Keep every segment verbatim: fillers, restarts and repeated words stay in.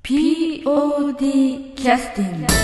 ピーオーディー キャスティング。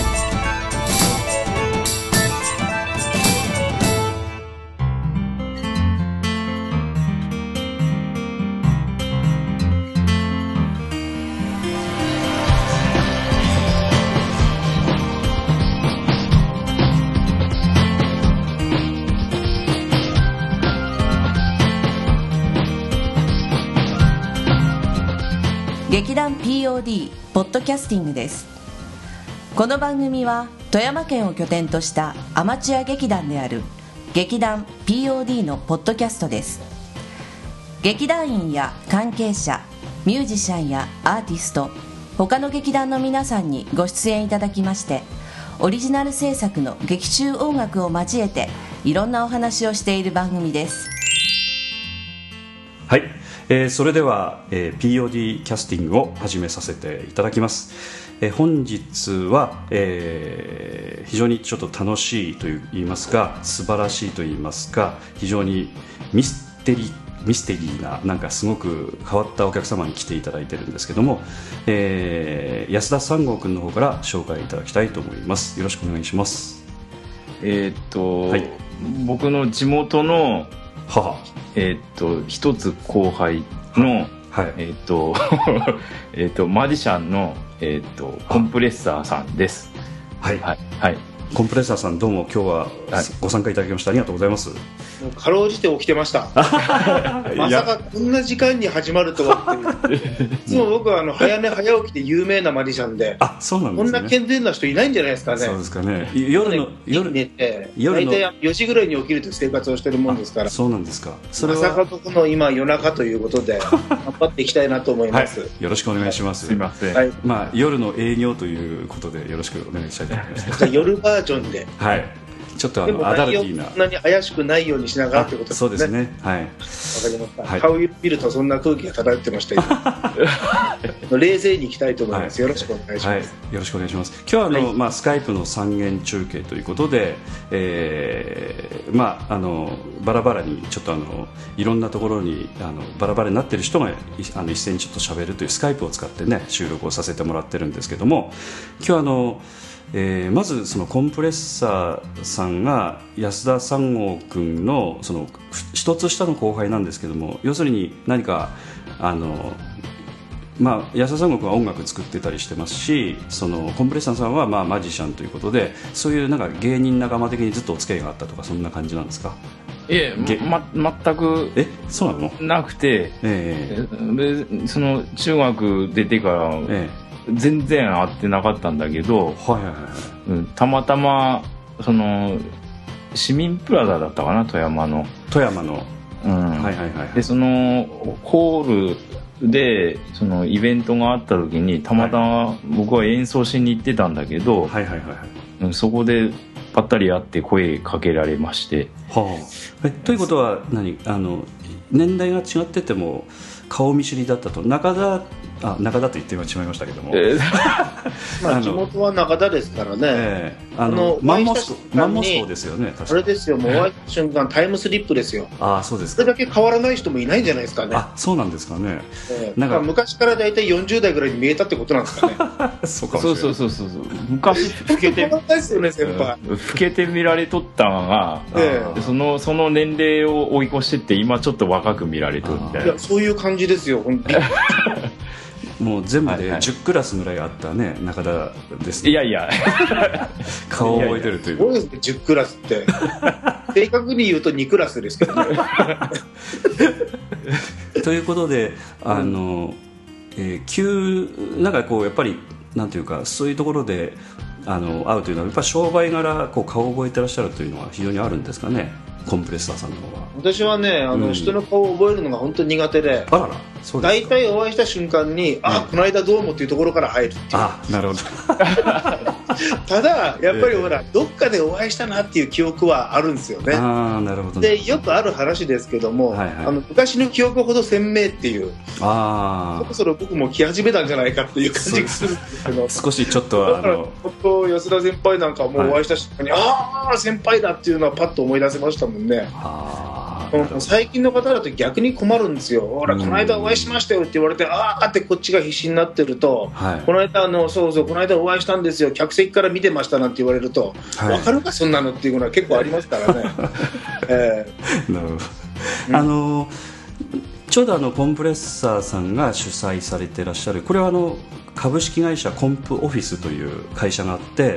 劇団 ピーオーディー ポッドキャスティングです。この番組は富山県を拠点としたアマチュア劇団である劇団 ピーオーディー のポッドキャストです。劇団員や関係者、ミュージシャンやアーティスト、他の劇団の皆さんにご出演いただきまして、オリジナル制作の劇中音楽を交えていろんなお話をしている番組です。 はい、えー、それでは、えー、ピーオーディー キャスティングを始めさせていただきます。えー、本日は、えー、非常にちょっと楽しいといいますか、素晴らしいといいますか、非常にミステリーミステリーな、なんかすごく変わったお客様に来ていただいてるんですけども、えー、安田三郷くんの方から紹介いただきたいと思います。よろしくお願いします。 えー、っと、はい、僕の地元の母、 えー、っと一つ後輩の、はい、えー、っとえっとマジシャンの、えー、っとコンプレッサーさんです。 はい、はいはい、コンプレッサーさん、どうも今日はご参加いただきましてありがとうございます。 もうかろうじて起きてましたまさかこんな時間に始まるとはっていつも僕はあの早寝早起きで有名なマジシャンで、 あ、そうなんですね、 こんな健全な人いないんじゃないですかね。 そうですかね。夜の夜寝て夜の大体よじぐらいに起きるという生活をしてるもんですから。 そうなんですか。それはまさかとこの今夜中ということで頑張っていきたいなと思います、 はい、よろしくお願いします。 すいません、 はい、 まあ、夜の営業ということでよろしくお願いしたいと思います。 じゃあ夜バージョンで、 はい、ちょっとあのアダルティーな、 そんなに怪しくないようにしながらということですね。 そうですね、はい、わかりました、はい、顔を見るとそんな空気が漂ってましたよ冷静にいきたいと思います、はい、よろしくお願いします、はい、よろしくお願いします。今日はあの、はい、まあ、スカイプの三元中継ということで、えーまあ、あのバラバラにちょっとあのいろんなところにあのバラバラになっている人があの一斉にちょっと喋るというスカイプを使ってね、収録をさせてもらってるんですけども、今日はあのえー、まずそのコンプレッサーさんが安田三郷君のその一つ下の後輩なんですけども、要するに何かあの、まあ、安田三郷君は音楽作ってたりしてますし、そのコンプレッサーさんはまあマジシャンということで、そういうなんか芸人仲間的にずっとお付き合いがあったとか、そんな感じなんですか？ いえ、ま、全くえそうなのなくて、えー、その中学出てから、えー全然会ってなかったんだけど、はいはいはい、うん、たまたまその市民プラザだったかな、富山の富山の、 うん、はいはいはい、でそのホールでそのイベントがあった時にたまたま僕は演奏しに行ってたんだけど、はいはいはいはい、うん、そこでぱったり会って声かけられまして、はあ、えということは何、あの年代が違ってても顔見知りだったと。中田あ中田と言ってしまいましたけども、えーまあ、地元は中田ですからね、えー、あのマンモスマンモス校ですよね。確かあれですよ、もうお会いした瞬間タイムスリップですよ。 あ、そうですか。 それだけ変わらない人もいないんじゃないですかね。 あ、そうなんですかね、 えー、なんか昔からだいたいよんじゅう代ぐらいに見えたってことなんですかねそうかもしれない。そうそうそうそう、昔老けてですよね、先輩老けて見られとったのが、えー、そのその年齢を追い越してって今ちょっと若く見られとるみたいな。 いや、そういう感じですよ本当にもう全部でじゅうクラスぐらいあったね、中田ですね。 いやいや顔を覚えてるという。 すごいですね、じゅうクラスって正確に言うとにクラスですけどねということで、あの、えー、急なんかこうやっぱりなんていうか、そういうところであの会うというのはやっぱり商売柄こう顔を覚えてらっしゃるというのは非常にあるんですかね、コンプレッサーさんの方は。 私はね、あの、うん、人の顔を覚えるのが本当に苦手で、 あらら、そうですか。 大体お会いした瞬間に、うん、あ、この間どうもっていうところから入るっていう。 あ、なるほどただやっぱりほら、えー、どっかでお会いしたなっていう記憶はあるんですよね。 あ、なるほどね。 でよくある話ですけども、はいはい、あの昔の記憶ほど鮮明っていう、あ、そろそろ僕も来始めたんじゃないかっていう感じがするんですけど、 少しちょっとあの本当安田先輩なんかもうお会いした瞬間に、はい、ああ先輩だっていうのはパッと思い出せましたもんね。あ、 最近の方だと逆に困るんですよ。ほらこの間お会いしましたよって言われて、あーってこっちが必死になってると、はい、この間あのそうそうこの間お会いしたんですよ、客席から見てましたなんて言われると、はい、分かるかそんなのっていうのは結構ありますからね。えー、なるほど、 うん、あのちょうどあのコンプレッサーさんが主催されていらっしゃる、これはあの株式会社コンプオフィスという会社があって、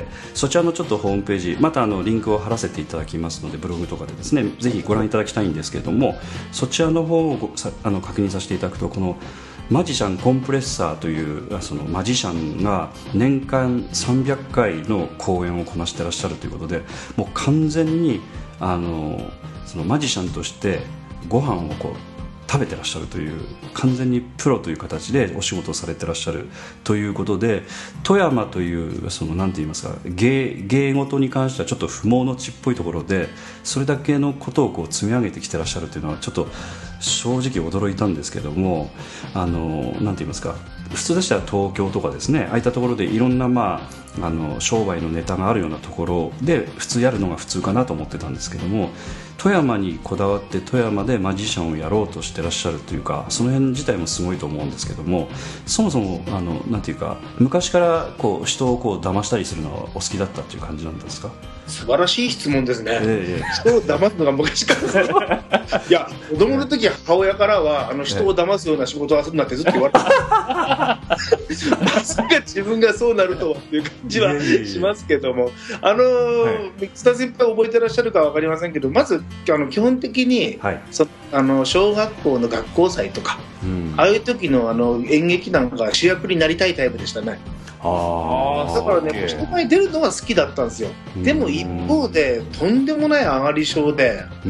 そちらのちょっとホームページまたあのリンクを貼らせていただきますので、ブログとかでですねぜひご覧いただきたいんですけれども、そちらの方をごさあの確認させていただくと、このマジシャンコンプレッサーというそのマジシャンが年間さんびゃっかいの公演をこなしていらっしゃるということで、もう完全にあのそのマジシャンとしてご飯をこう食べてらっしゃるという、完全にプロという形でお仕事をされてらっしゃるということで、富山というそのなんて言いますか、芸芸事に関してはちょっと不毛の地っぽいところで、それだけのことをこう積み上げてきてらっしゃるというのはちょっと正直驚いたんですけども、あのなんて言いますか、普通でしたら東京とかですね、ああいったところでいろんな、まあ、あの商売のネタがあるようなところで普通やるのが普通かなと思ってたんですけども、富山にこだわって富山でマジシャンをやろうとしてらっしゃるというか、その辺自体もすごいと思うんですけども、そもそもあのなんていうか、昔からこう人をこう騙したりするのはお好きだったという感じなんですか？ 素晴らしい質問ですね、えー、人を騙すのが昔からいや子供の時母親からはあの人を騙すような仕事はするなってずっと言われて、まさか自分がそうなるとはっていう感じはしますけども、あのー、津田先輩覚えてらっしゃるか分かりませんけど、まずあの基本的に、はい、そあの小学校の学校祭とか、うん、ああいう時 の, あの演劇なんか主役になりたいタイプでしたね。あだからね、人前に出るのは好きだったんですよ。でも一方でとんでもない上がり症 で,、うん、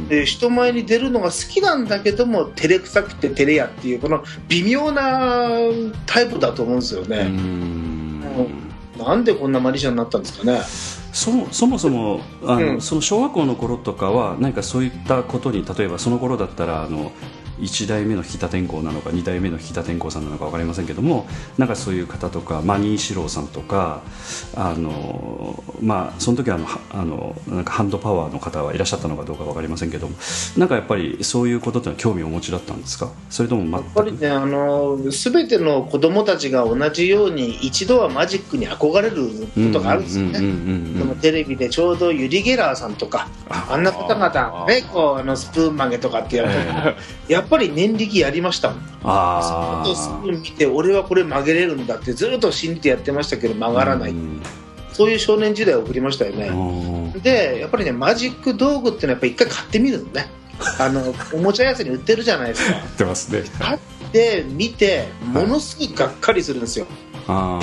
で人前に出るのが好きなんだけども照れくさくて照れ屋っていうこの微妙なタイプだと思うんですよね。うん、なんでこんなマジシャンになったんですかね。 そ, そもそもあの、うん、その小学校の頃とかは何かそういったことに、例えばその頃だったらあのいち代目の引田天功なのかに代目の引田天功さんなのか分かりませんけども、なんかそういう方とかマニー四郎さんとか、あのまあその時はあのあのなんかハンドパワーの方はいらっしゃったのかどうか分かりませんけども、なんかやっぱりそういうことってのは興味をお持ちだったんですか？それとも全く。 やっぱりね、あの全ての子供たちが同じように一度はマジックに憧れることがあるんですよね。テレビでちょうどユリ・ゲラーさんとか あ, あんな方々ね、こうあのスプーン曲げとかってやると、えー、やっぱり念力やりましたもん。あずっとスプーン見て俺はこれ曲げれるんだってずっと信じてやってましたけど曲がらない、うん、そういう少年時代を送りましたよね。でやっぱりね、マジック道具ってのはやっぱり一回買ってみるのね。あのおもちゃ屋さんに売ってるじゃないですか。売ってますね。買ってみてものすごいがっかりするんですよ、はい、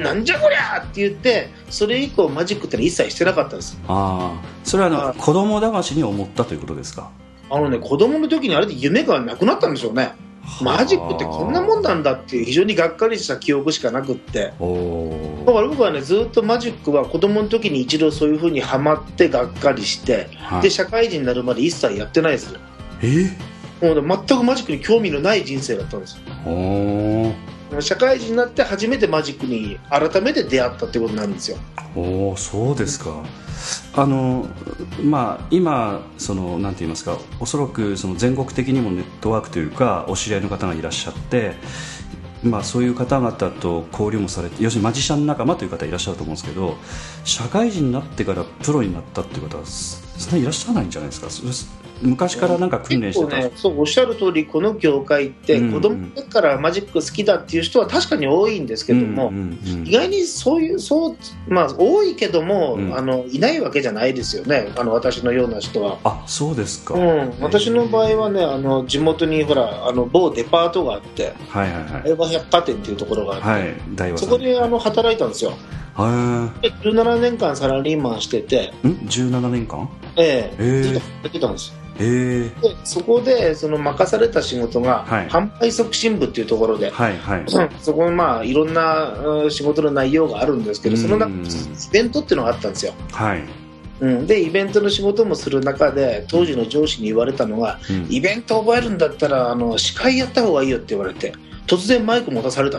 なんじゃこりゃって言って、それ以降マジックってのは一切してなかったんです。 あそれはあの子供騙しに思ったということですか？ あのね、子供の時にあれで夢がなくなったんでしょうね。マジックってこんなもんなんだっていう非常にがっかりした記憶しかなくって、だから僕はねずっとマジックは子供の時に一度そういう風にハマってがっかりして、はい、で社会人になるまで一切やってないですよ。えもう、ね、全くマジックに興味のない人生だったんですよ。社会人になって初めてマジックに改めて出会ったってことなんですよ。 おそうですか。あのまあ、今そのなんて言いますか、おそらくその全国的にもネットワークというかお知り合いの方がいらっしゃって、まあ、そういう方々と交流もされて、要するにマジシャン仲間という方いらっしゃると思うんですけど、社会人になってからプロになったっていう方はそんなにいらっしゃらないんじゃないですか？昔からなんか訓練してた、 ね、そうおっしゃる通り、この業界って子供の時からマジック好きだっていう人は確かに多いんですけども、うんうんうん、意外にそういうそう、まあ、多いけども、うん、あのいないわけじゃないですよね、あの私のような人は。 あそうですか、 うん、私の場合はね、あの地元にほらあの某デパートがあって、はいはいはい、大和百貨店っていうところがあって、はい、大和そこであの働いたんですよ。でじゅうななねんかんサラリーマンしてて。 んじゅうななねんかんえええー、ずっと働いてたんですよ。えー、でそこでその任された仕事が、はい、販売促進部っていうところで、はいはい、そこにまあいろんな仕事の内容があるんですけど、その中にイベントっていうのがあったんですよ。はい、うん、でイベントの仕事もする中で当時の上司に言われたのが、うん、イベント覚えるんだったらあの司会やった方がいいよって言われて、突然マイク持たされたんです。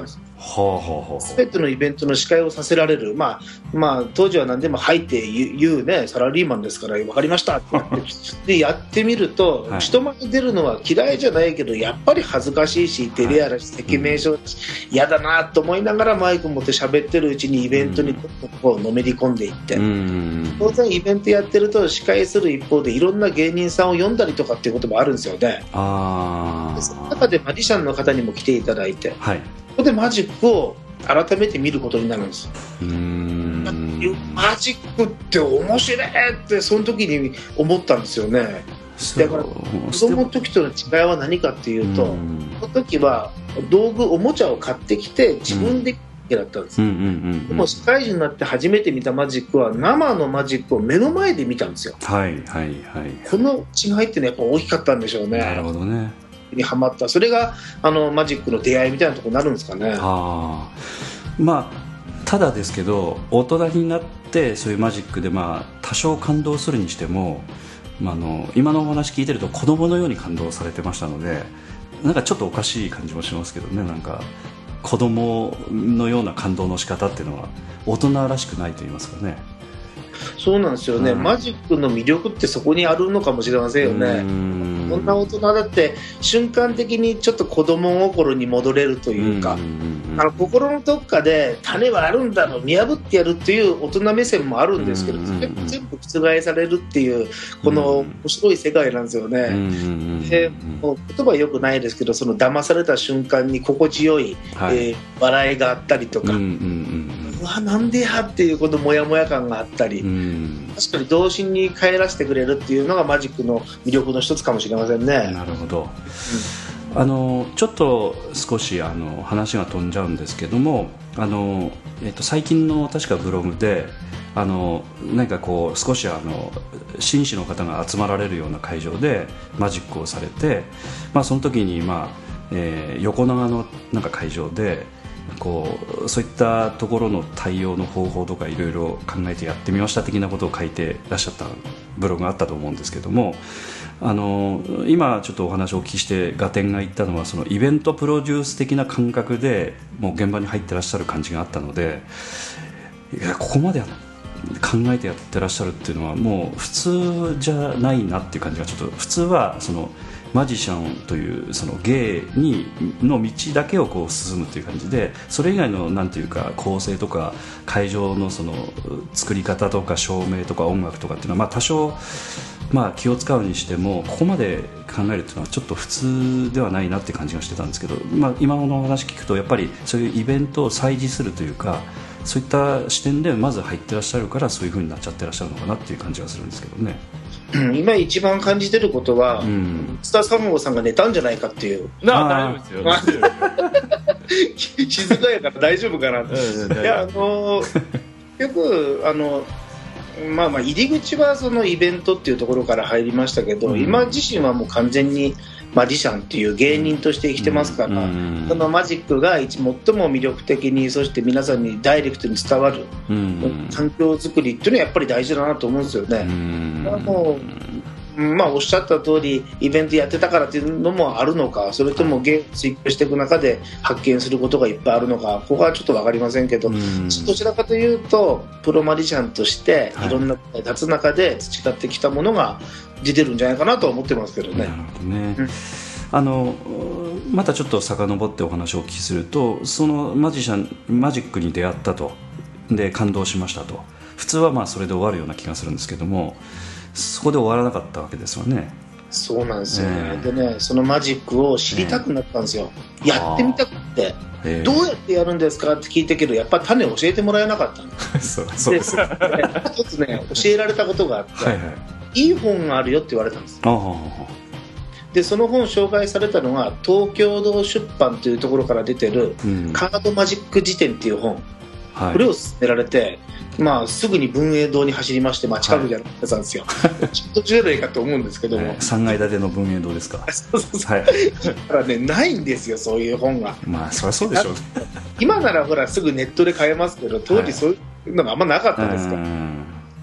すべてのイベントの司会をさせられる、まあまあ、当時は何でも入って言う、ね、サラリーマンですから分かりましたってでやってみると、はい、人前に出るのは嫌いじゃないけどやっぱり恥ずかしいし照れやらし赤面症嫌だなと思いながらマイク持って喋ってるうちにイベントにこうのめり込んでいって、うん、当然イベントやってると司会する一方でいろんな芸人さんを呼んだりとかっていうこともあるんですよね。あその中でマジシャンの方にも来ていただいて、はい、ここでマジックを改めて見ることになるんです。うーんマジックって面白いってその時に思ったんですよね。だから子供の時との違いは何かっていうと、その時は道具おもちゃを買ってきて自分でだったんです、うんうんうんうん、でも社会人になって初めて見たマジックは生のマジックを目の前で見たんですよ。はいはいはい、この違いって、ね、やっぱ大きかったんでしょうね。なるほどね。にハマったそれがあのマジックの出会いみたいなところになるんですかね。あまあただですけど大人になってそういうマジックで、まあ、多少感動するにしても、まあ、あの今のお話聞いてると子供のように感動されてましたのでなんかちょっとおかしい感じもしますけどね。なんか子供のような感動の仕方っていうのは大人らしくないと言いますかね。 そうなんですよね、うん、マジックの魅力ってそこにあるのかもしれませんよね。んこんな大人だって瞬間的にちょっと子供心に戻れるというか、うあの心のどっかで種はあるんだろう見破ってやるっていう大人目線もあるんですけど、全部全部覆されるっていうこの面白い世界なんですよね。でもう言葉はよくないですけどその騙された瞬間に心地よい、はいえー、笑いがあったりとか、うんうんうんうわなんでやっていうこのモヤモヤ感があったり、うん、確かに童心に帰らせてくれるっていうのがマジックの魅力の一つかもしれませんね。 なるほど、うん、あのちょっと少しあの話が飛んじゃうんですけどもあの、えっと、最近の確かブログであの何かこう少しあの紳士の方が集まられるような会場でマジックをされて、まあ、その時に、まあえー、横長のなんか会場でこうそういったところの対応の方法とかいろいろ考えてやってみました的なことを書いてらっしゃったブログがあったと思うんですけどもあの今ちょっとお話をお聞きして合点がいったのはそのイベントプロデュース的な感覚でもう現場に入ってらっしゃる感じがあったのでいやここまで考えてやってらっしゃるっていうのはもう普通じゃないなっていう感じがちょっと普通はそのマジシャンというその芸にの道だけをこう進むという感じでそれ以外のなんていうか構成とか会場のその作り方とか照明とか音楽とかっていうのはまあ多少まあ気を使うにしてもここまで考えるっていうのはちょっと普通ではないなって感じがしてたんですけど、まあ、今のお話聞くとやっぱりそういうイベントを催事するというかそういった視点でまず入ってらっしゃるからそういう風になっちゃってらっしゃるのかなっていう感じがするんですけどね。 今一番感じてることは、うん、津田三郷さんが寝たんじゃないかっていう。 なあ大丈夫ですよ。静かやから大丈夫かなって。いやあのよくあのまあまあ入り口はそのイベントっていうところから入りましたけど、うん、今自身はもう完全にマジシャンっていう芸人として生きてますから、うん、そのマジックが一最も魅力的にそして皆さんにダイレクトに伝わる、うん、環境づくりっていうのはやっぱり大事だなと思うんですよね。うん、もうまあおっしゃった通りイベントやってたからっていうのもあるのかそれとも芸を追求していく中で発見することがいっぱいあるのかここはちょっと分かりませんけど、うん、どちらかというとプロマジシャンとしていろんな立つ中で培ってきたものが出てるんじゃないかなと思ってますけどね。 なるほどね、うん、あのまたちょっと遡ってお話をお聞きするとそのマジシャンマジックに出会ったとで感動しましたと普通はまあそれで終わるような気がするんですけどもそこで終わらなかったわけですよね。 そうなんですよね、えー、でねそのマジックを知りたくなったんですよ、えー、やってみたくて、えー、どうやってやるんですかって聞いたけどやっぱり種を教えてもらえなかったんですそうそうですよ一つね教えられたことがあって、はいはい、いい本があるよって言われたんです。でその本紹介されたのが東京堂出版というところから出てる、うん、カードマジック辞典っていう本、はい、これを勧められてまあ、すぐに文英堂に走りまして、まあ、近くにあってたんですよ、はい、ちょっと違うないかと思うんですけども、はい、 さんがい建ての文英堂ですかそうそうそう、はい、だからねないんですよそういう本が。 まあそりゃそうでしょう今ならほらすぐネットで買えますけど当時そういうのがあんまなかったですから、はい、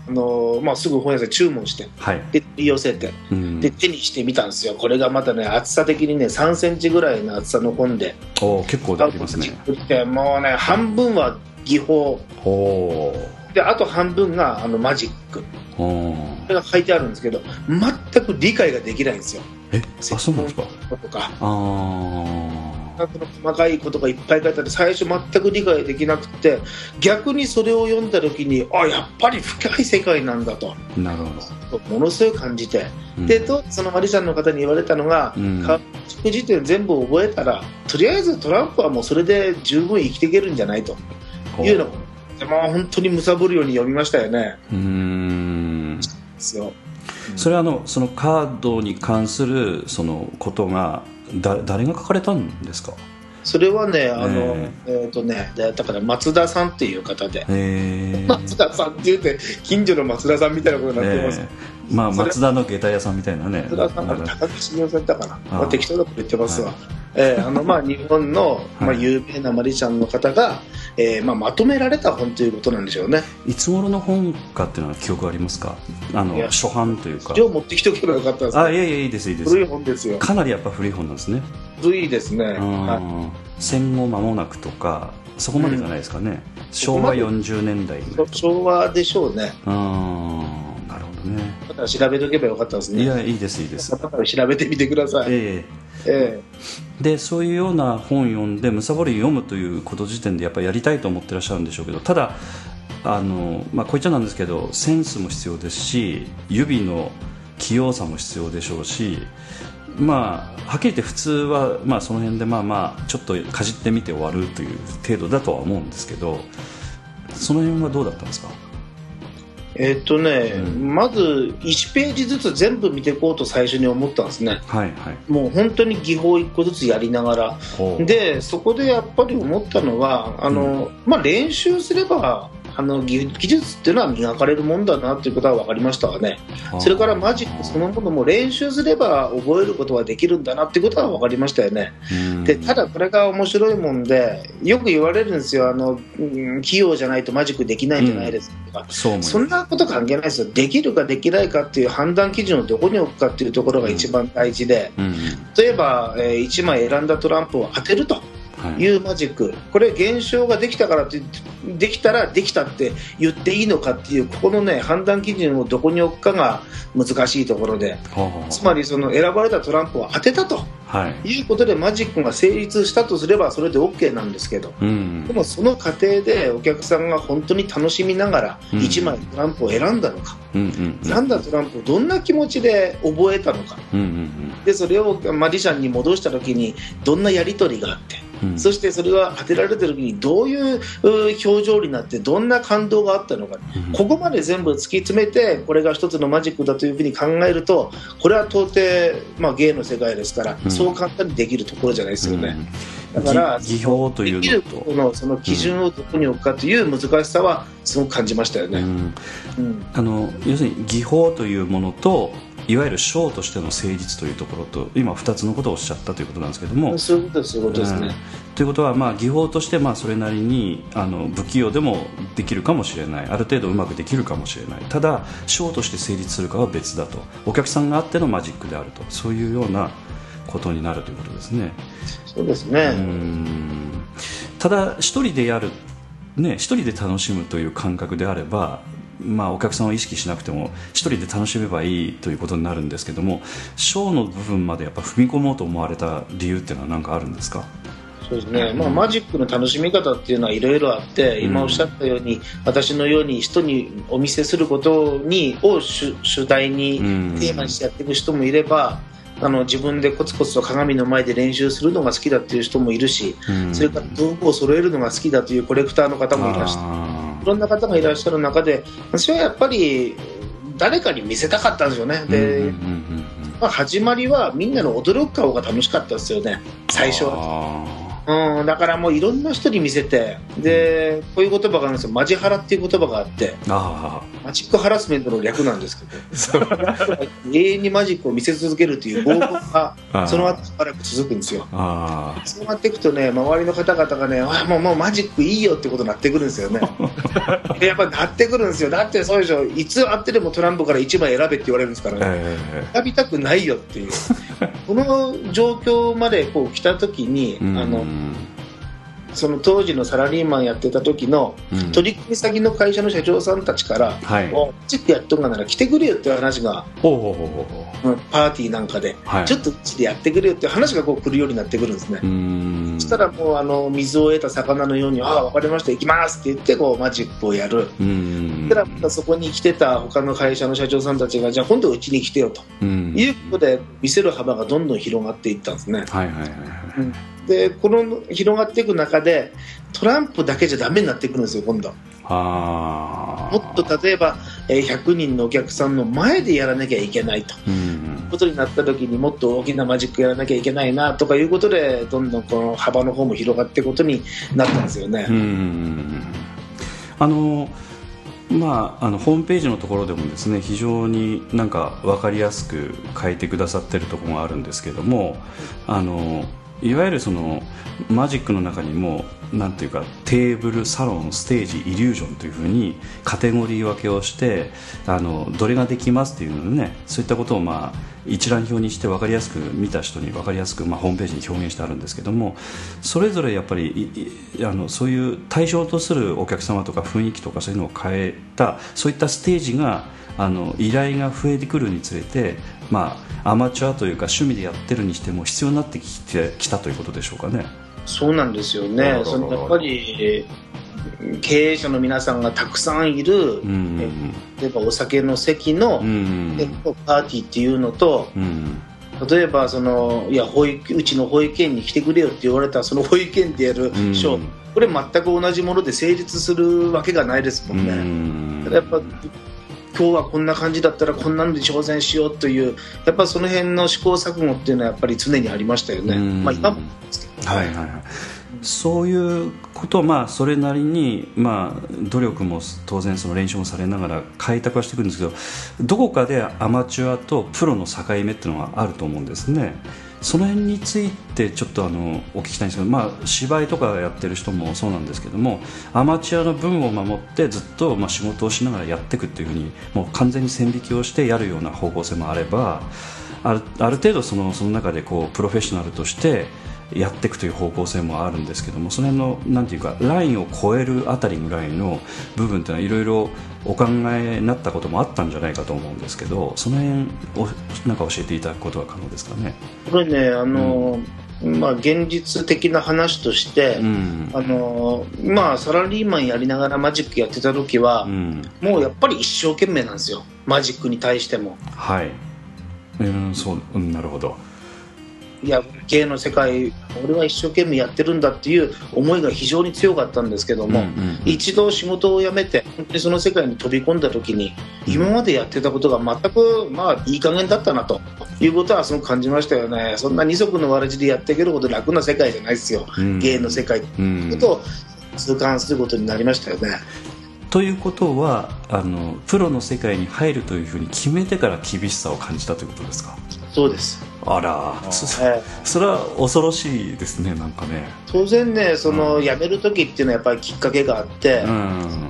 あの、まあ、すぐ本屋さん注文して、はい、で取り寄せて、うん、で手にしてみたんですよ。これがまたね厚さ的にねさんセンチぐらいの厚さの本で、 お結構できますね。 もうね半分は技法で、あと半分があのマジック、これが書いてあるんですけど全く理解ができないんですよ。 えあそうなんですか。 とかあ細かいことがいっぱい書いてあって最初全く理解できなくて、逆にそれを読んだ時にあやっぱり深い世界なんだとなるほどものすごい感じて、うん、でとそのマリさんの方に言われたのが、うん、家畜辞典全部覚えたらとりあえずトランプはもうそれで十分生きていけるんじゃないというのを、まあ、本当にむさぼるように読みましたよね。うーんですよ。 それはあのそのカードに関するそのことがだ誰が書かれたんですか。 それはねあの、えーとね、だから松田さんっていう方で、松田さんって言って近所の松田さんみたいなことになってます、 まあ、松田の下駄屋さんみたいなね。 松田さんが高木茂雄さんだったかな、まあ、適当なこと言ってますわ、はいえーあのまあ、日本の、まあ、有名なマリちゃんの方が、えーまあ、まとめられた本ということなんでしょうね。 いつ頃の本かっていうのは記憶ありますか。あの初版というか今日持ってきておけばよかったです、ね、 あいやいやいいですいいです。 古い本ですよ。 かなりやっぱ古い本なんですね。 古いですね、はい、戦後間もなくとかそこまでじゃないですかね、うん、昭和よんじゅうねんだいの昭和でしょうね。 うんなるほどね。 だから調べておけばよかったですね。 いやいいですいいです。 だから調べてみてください。えーえー、でそういうような本読んでむさぼり読むということ時点でやっぱりやりたいと思ってらっしゃるんでしょうけど、ただあの、まあ、こういっちゃなんですけどセンスも必要ですし指の器用さも必要でしょうし、まあはっきり言って普通は、まあ、その辺でまあまあちょっとかじってみて終わるという程度だとは思うんですけど、その辺はどうだったんですか。 えーっとねうん、まずいちページずつ全部見ていこうと最初に思ったんですね、はいはい、もう本当に技法いっこずつやりながらで、そこでやっぱり思ったのはあの、うんまあ、練習すればあの技術っていうのは磨かれるもんだなということは分かりましたわね。それからマジックそのものも練習すれば覚えることはできるんだなっていうことは分かりましたよね。でただこれが面白いもんでよく言われるんですよ。あの、うん、器用じゃないとマジックできないんじゃないですか、うん、そ, そんなこと関係ないですよ。できるかできないかっていう判断基準をどこに置くかっていうところが一番大事で、うんうん、例えば、えー、いちまい選んだトランプを当てるというマジック、はい、これ現象ができたからってできたらできたって言っていいのかっていうここのね判断基準をどこに置くかが難しいところで、はあ、つまりその選ばれたトランプを当てたと、はい、いうことでマジックが成立したとすればそれで OK なんですけど、うん、でもその過程でお客さんが本当に楽しみながらいちまいトランプを選んだのか、うん、選んだトランプをどんな気持ちで覚えたのか、うんうんうん、でそれをマジシャンに戻した時にどんなやり取りがあってうん、そしてそれが当てられた時にどういう表情になってどんな感動があったのか、うん、ここまで全部突き詰めてこれが一つのマジックだというふうに考えるとこれは到底、まあ、芸の世界ですから、うん、そう簡単にできるところじゃないですよね、うん、だから技法というのとできることのその基準をどこに置くかという難しさはすごく感じましたよね、うんうん、あの要するに技法というものといわゆるショーとしての成立というところと今ふたつのことをおっしゃったということなんですけども、 そういうことです、そういうことですね、うん、 ということは、まあ、技法としてまあそれなりにあの不器用でもできるかもしれない、ある程度うまくできるかもしれない、ただショーとして成立するかは別だと、お客さんがあってのマジックであると、そういうようなことになるということですね。 そうですね。 うん、ただ一人でやる、ね、一人で楽しむという感覚であれば、まあ、お客さんを意識しなくても一人で楽しめばいいということになるんですけども、ショーの部分までやっぱ踏み込もうと思われた理由っていうのは何かあるんですか。 そうですね、まあ、マジックの楽しみ方っていうのはいろいろあって、うん、今おっしゃったように私のように人にお見せすることにを主題にテーマにしてやっていく人もいれば、あの自分でコツコツと鏡の前で練習するのが好きだっていう人もいるし、うん、それから道具を揃えるのが好きだというコレクターの方もいらっしゃる、いろんな方がいらっしゃる中で私はやっぱり誰かに見せたかったんですよね。で、まあ、始まりはみんなの驚く顔が楽しかったですよね、最初は。 うん、だからもういろんな人に見せて、でこういう言葉があるんですよ。マジハラっていう言葉があって、あマジックハラスメントの略なんですけど永遠にマジックを見せ続けるという合コンがその後しばらく続くんですよ。あそうなっていくとね、周りの方々がね、あもうもうマジックいいよってことになってくるんですよねやっぱなってくるんですよ。だってそうでしょ、いつ会ってでもトランプからいちまい選べって言われるんですからね、えー、選びたくないよっていうこの状況までこう来た時に、あのその当時のサラリーマンやってた時の取引先の会社の社長さんたちから、うんはい、マジックやっとんがなら来てくれよっていう話がほうほうほうほうパーティーなんかで、はい、ちょっとうちでやってくれよっていう話がこう来るようになってくるんですね。うーんそしたらもうあの水を得た魚のように、ああ分かりました行きますって言ってこうマジックをやる。うーんそしたらまたそこに来てた他の会社の社長さんたちがじゃあ今度うちに来てよということで見せる幅がどんどん広がっていったんですね。はいはいはいはい、うんでこの広がっていく中でトランプだけじゃダメになってくるんですよ今度。あもっと例えばひゃくにんのお客さんの前でやらなきゃいけないということになった時に、もっと大きなマジックやらなきゃいけないなとかいうことでどんどんこの幅の方も広がっていくことになったんですよね。うんあのまあ、あのホームページのところでもですね、非常になんか分かりやすく書いてくださってるところがあるんですけども、あのいわゆるそのマジックの中にもなんていうかテーブル、サロン、ステージ、イリュージョンというふうにカテゴリー分けをして、あのどれができますっていうのね、そういったことをまあ一覧表にして分かりやすく見た人に分かりやすく、まあ、ホームページに表現してあるんですけども、それぞれやっぱりあのそういう対象とするお客様とか雰囲気とかそういうのを変えたそういったステージがあの依頼が増えてくるにつれて、まあ、アマチュアというか趣味でやってるにしても必要になってきてきたということでしょうかね。 そうなんですよね。そのやっぱり経営者の皆さんがたくさんいる、うん、例えばお酒の席の、うん、パーティーっていうのと、うん、例えばそのいや保育うちの保育園に来てくれよって言われたその保育園でやるショー、うん、これ全く同じもので成立するわけがないですもんね。うん、ただやっぱ今日はこんな感じだったらこんなので挑戦しようというやっぱその辺の試行錯誤っていうのはやっぱり常にありましたよね。まあ、今もですけど、はいはいはい、 そういうことをまあそれなりにまあ努力も当然その練習もされながら開拓はしていくんですけど、どこかでアマチュアとプロの境目っていうのがあると思うんですね。その辺についてちょっとあのお聞きしたいんですけど、まあ、芝居とかやってる人もそうなんですけども、アマチュアの分を守ってずっとまあ仕事をしながらやっていくっていうふうにもう完全に線引きをしてやるような方向性もあれば、ある、ある程度その、その中でこうプロフェッショナルとしてやっていくという方向性もあるんですけども、その辺のなんていうかラインを超えるあたりぐらいの部分っていうのはいろいろお考えになったこともあったんじゃないかと思うんですけど、その辺をなんか教えていただくことは可能ですかね。 これね、あの、うんまあ、現実的な話として、うんあのまあ、サラリーマンやりながらマジックやってた時は、うん、もうやっぱり一生懸命なんですよ、マジックに対しても。 はい、うん、そう、うん、なるほど。 いや芸の世界俺は一生懸命やってるんだっていう思いが非常に強かったんですけども、うんうんうん、一度仕事を辞めて本当にその世界に飛び込んだ時に、うん、今までやってたことが全くまあいい加減だったなということはすごく感じましたよね。そんな二足のわらじでやっていけるほど楽な世界じゃないですよ、うん、芸の世界ということを痛感することになりましたよね。 ということはあのプロの世界に入るというふうに決めてから厳しさを感じたということですか。 そうです。 あら、そ, それは恐ろしいですね。なんかね、 当然ね、その、うん、辞める時っていうのはやっぱりきっかけがあって、うん、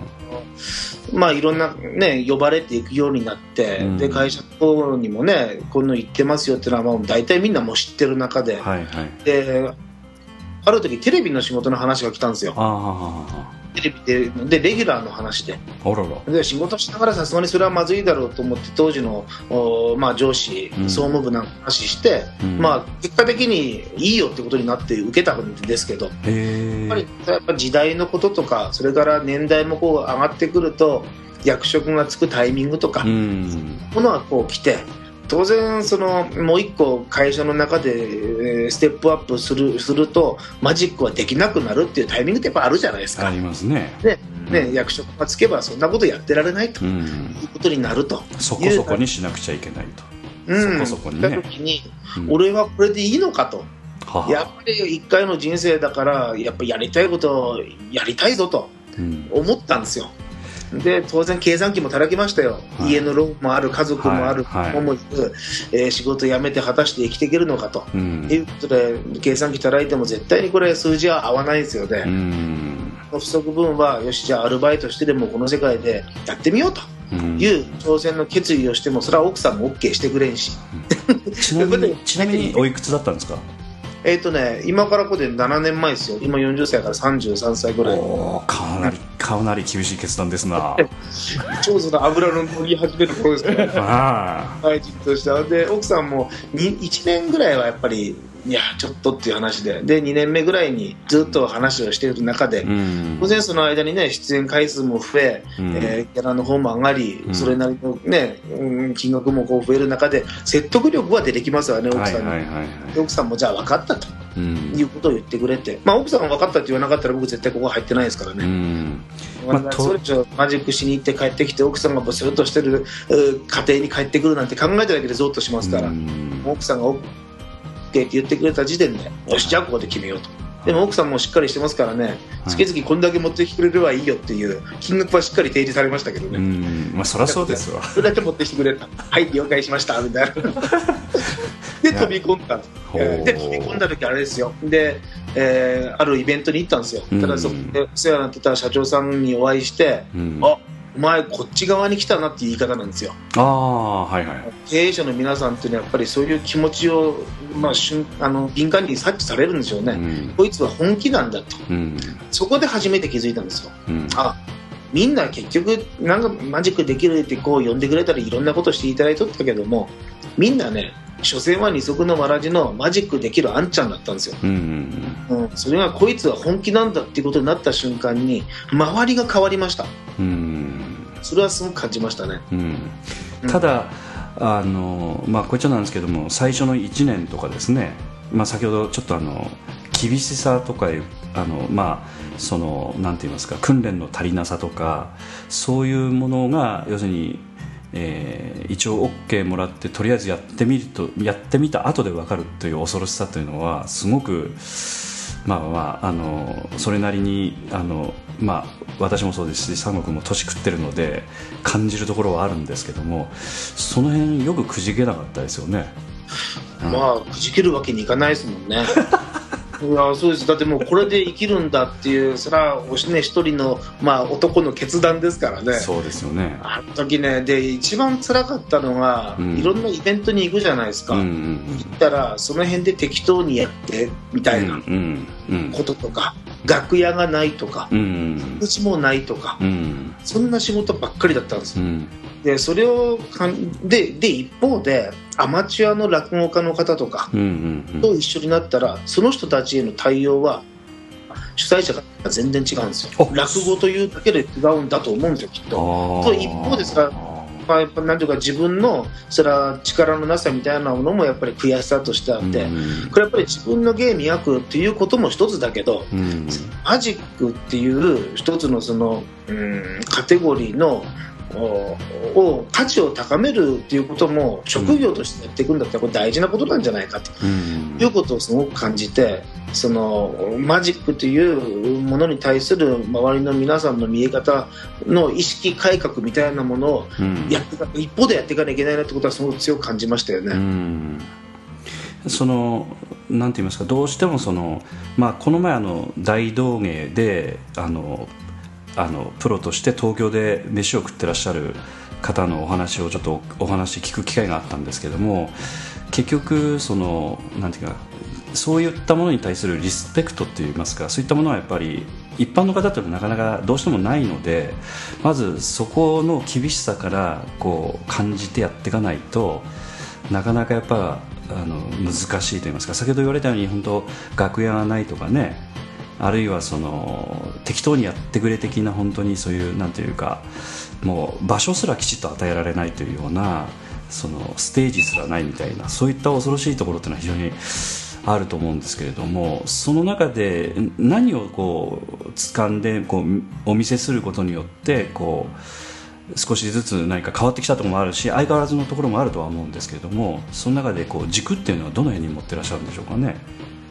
まあいろんなね呼ばれていくようになって、うん、で会社の方にもねこの言ってますよっていうのはもう大体みんなもう知ってる中で、はいはい、である時テレビの仕事の話が来たんですよ。あテレビ で, でレギュラーの話で、あららで仕事しながらさすがにそれはまずいだろうと思って当時の、まあ、上司、うん、総務部なんか話して、うんまあ、結果的にいいよってことになって受けたんですけど、やっぱりやっぱ時代のこととかそれから年代もこう上がってくると役職がつくタイミングとか、うん、ものがこう来て当然そのもう一個会社の中でステップアップする、するとマジックはできなくなるっていうタイミングってやっぱあるじゃないですか。 ありますね。 でね、役職がつけばそんなことやってられないということになると、 うん、そこそこにしなくちゃいけないと、うん、そこそこにね。 時に、うん、俺はこれでいいのかとはあ、やっぱり一回の人生だからやっぱやりたいことをやりたいぞと思ったんですよ、うん、で当然計算機もたらきましたよ、はい、家のローンもある家族もある、はいはい、もいる、えー、仕事辞めて果たして生きていけるのかと、うん、いうことで計算機たらいても絶対にこれ数字は合わないんですよね、うん、不足分はよしじゃあアルバイトしてでもこの世界でやってみようという挑戦の決意をしてもそれは奥さんも OK してくれんし、 うん、ちなみにちなみにおいくつだったんですか？ えーとね、今からここでななねんまえですよ。今よんじゅっさいからさんじゅうさんさいぐらい。 おかなりかなり厳しい決断ですなちょうど油の乗り始める頃ですからはいじっとしたで奥さんもにいちねんぐらいはやっぱりいやちょっとっていう話ででにねんめぐらいにずっと話をしている中で、うん、当然その間にね出演回数も増え、うんえー、ギャラの方も上がり、うん、それなりのね、うん、金額もこう増える中で説得力は出てきますわね奥さんに、はいはいはいはい、奥さんもじゃあ分かったと、うん、いうことを言ってくれて、まあ、奥さんが分かったって言わなかったら僕絶対ここ入ってないですからね、うんまあ、それ以上マジックしに行って帰ってきて奥さんがボスッとしてる家庭に帰ってくるなんて考えただけでゾッとしますから、うん、奥さんがって言ってくれた時点でよしじゃあここで決めようと。でも奥さんもしっかりしてますからね月々こんだけ持ってきてくれればいいよっていう金額はしっかり提示されましたけどね。 うんまあそりゃそうですわ。 それだけ持ってきてくれたはい了解しましたみたいなで飛び込んだで飛び込んだ時あれですよで、えー、あるイベントに行ったんですよ。ただそこでお世話になってた社長さんにお会いして、うん、あお前こっち側に来たなっていう言い方なんですよ。 あ、はいはい、 経営者の皆さんっていうのはやっぱりそういう気持ちを、まあ、瞬あの敏感に察知されるんでしょうね、うん、こいつは本気なんだと、うん、そこで初めて気づいたんですよ、うん、あみんな結局なんかマジックできるってこう呼んでくれたりいろんなことしていただいとったけどもみんなね所詮は二足のわらじのマジックできるあんちゃんだったんですよ、うんうんうん、それがこいつは本気なんだっていうことになった瞬間に周りが変わりました、うん、それはすごく感じましたね、うんうん、ただあの、まあ、こっちなんですけども最初のいちねんとかですね、まあ、先ほどちょっとあの厳しさとかあの、まあ、そのなんて言いますか訓練の足りなさとかそういうものが要するにえー、一応 OK もらってとりあえずやってみるとやってみた後で分かるという恐ろしさというのはすごくまあまああのそれなりにあの、まあ、私もそうですし三国も年食ってるので感じるところはあるんですけどもその辺よくくじけなかったですよね、 うん、まあくじけるわけにいかないですもんねいやそうですだってもうこれで生きるんだっていうそれはおしね一人の、まあ、男の決断ですからね。 そうですよねあの時ねで一番辛かったのが、うん、いろんなイベントに行くじゃないですか、うんうんうん、行ったらその辺で適当にやってみたいなこととか、うんうん、楽屋がないとか、うんうん、うちもないとか、うん、そんな仕事ばっかりだったんですよ、うんでそれをかん で, で一方でアマチュアの落語家の方とかと一緒になったらその人たちへの対応は主催者が全然違うんですよ。落語というだけで違うんだと思うんですよきっと。と一方ですが、まあ、やっぱなんていうか自分のそれは力のなさみたいなものもやっぱり悔しさとしてあって、これやっぱり自分の芸磨くっていうことも一つだけど、マジックっていう一つのそのうんカテゴリーのを価値を高めるっていうことも職業としてやっていくんだったらこれ大事なことなんじゃないかということをすごく感じてそのマジックというものに対する周りの皆さんの見え方の意識改革みたいなものをやってか、うん、一方でやっていかなきゃいけないなってことはすごく強く感じましたよね。うんそのなんて言いますかどうしてもその、まあ、この前あの大道芸であのあのプロとして東京で飯を食ってらっしゃる方のお話をちょっとお話聞く機会があったんですけども結局そのなんていうかそういったものに対するリスペクトっていいますかそういったものはやっぱり一般の方ってなかなかどうしてもないのでまずそこの厳しさからこう感じてやっていかないとなかなかやっぱあの難しいといいますか先ほど言われたように本当楽屋がないとかねあるいはその適当にやってくれ的な本当にそういうなんていうかもう場所すらきちっと与えられないというようなそのステージすらないみたいなそういった恐ろしいところっていうのは非常にあると思うんですけれどもその中で何をこう掴んでこうお見せすることによってこう少しずつ何か変わってきたところもあるし相変わらずのところもあるとは思うんですけれどもその中でこう軸っていうのはどの辺に持ってらっしゃるんでしょうかね。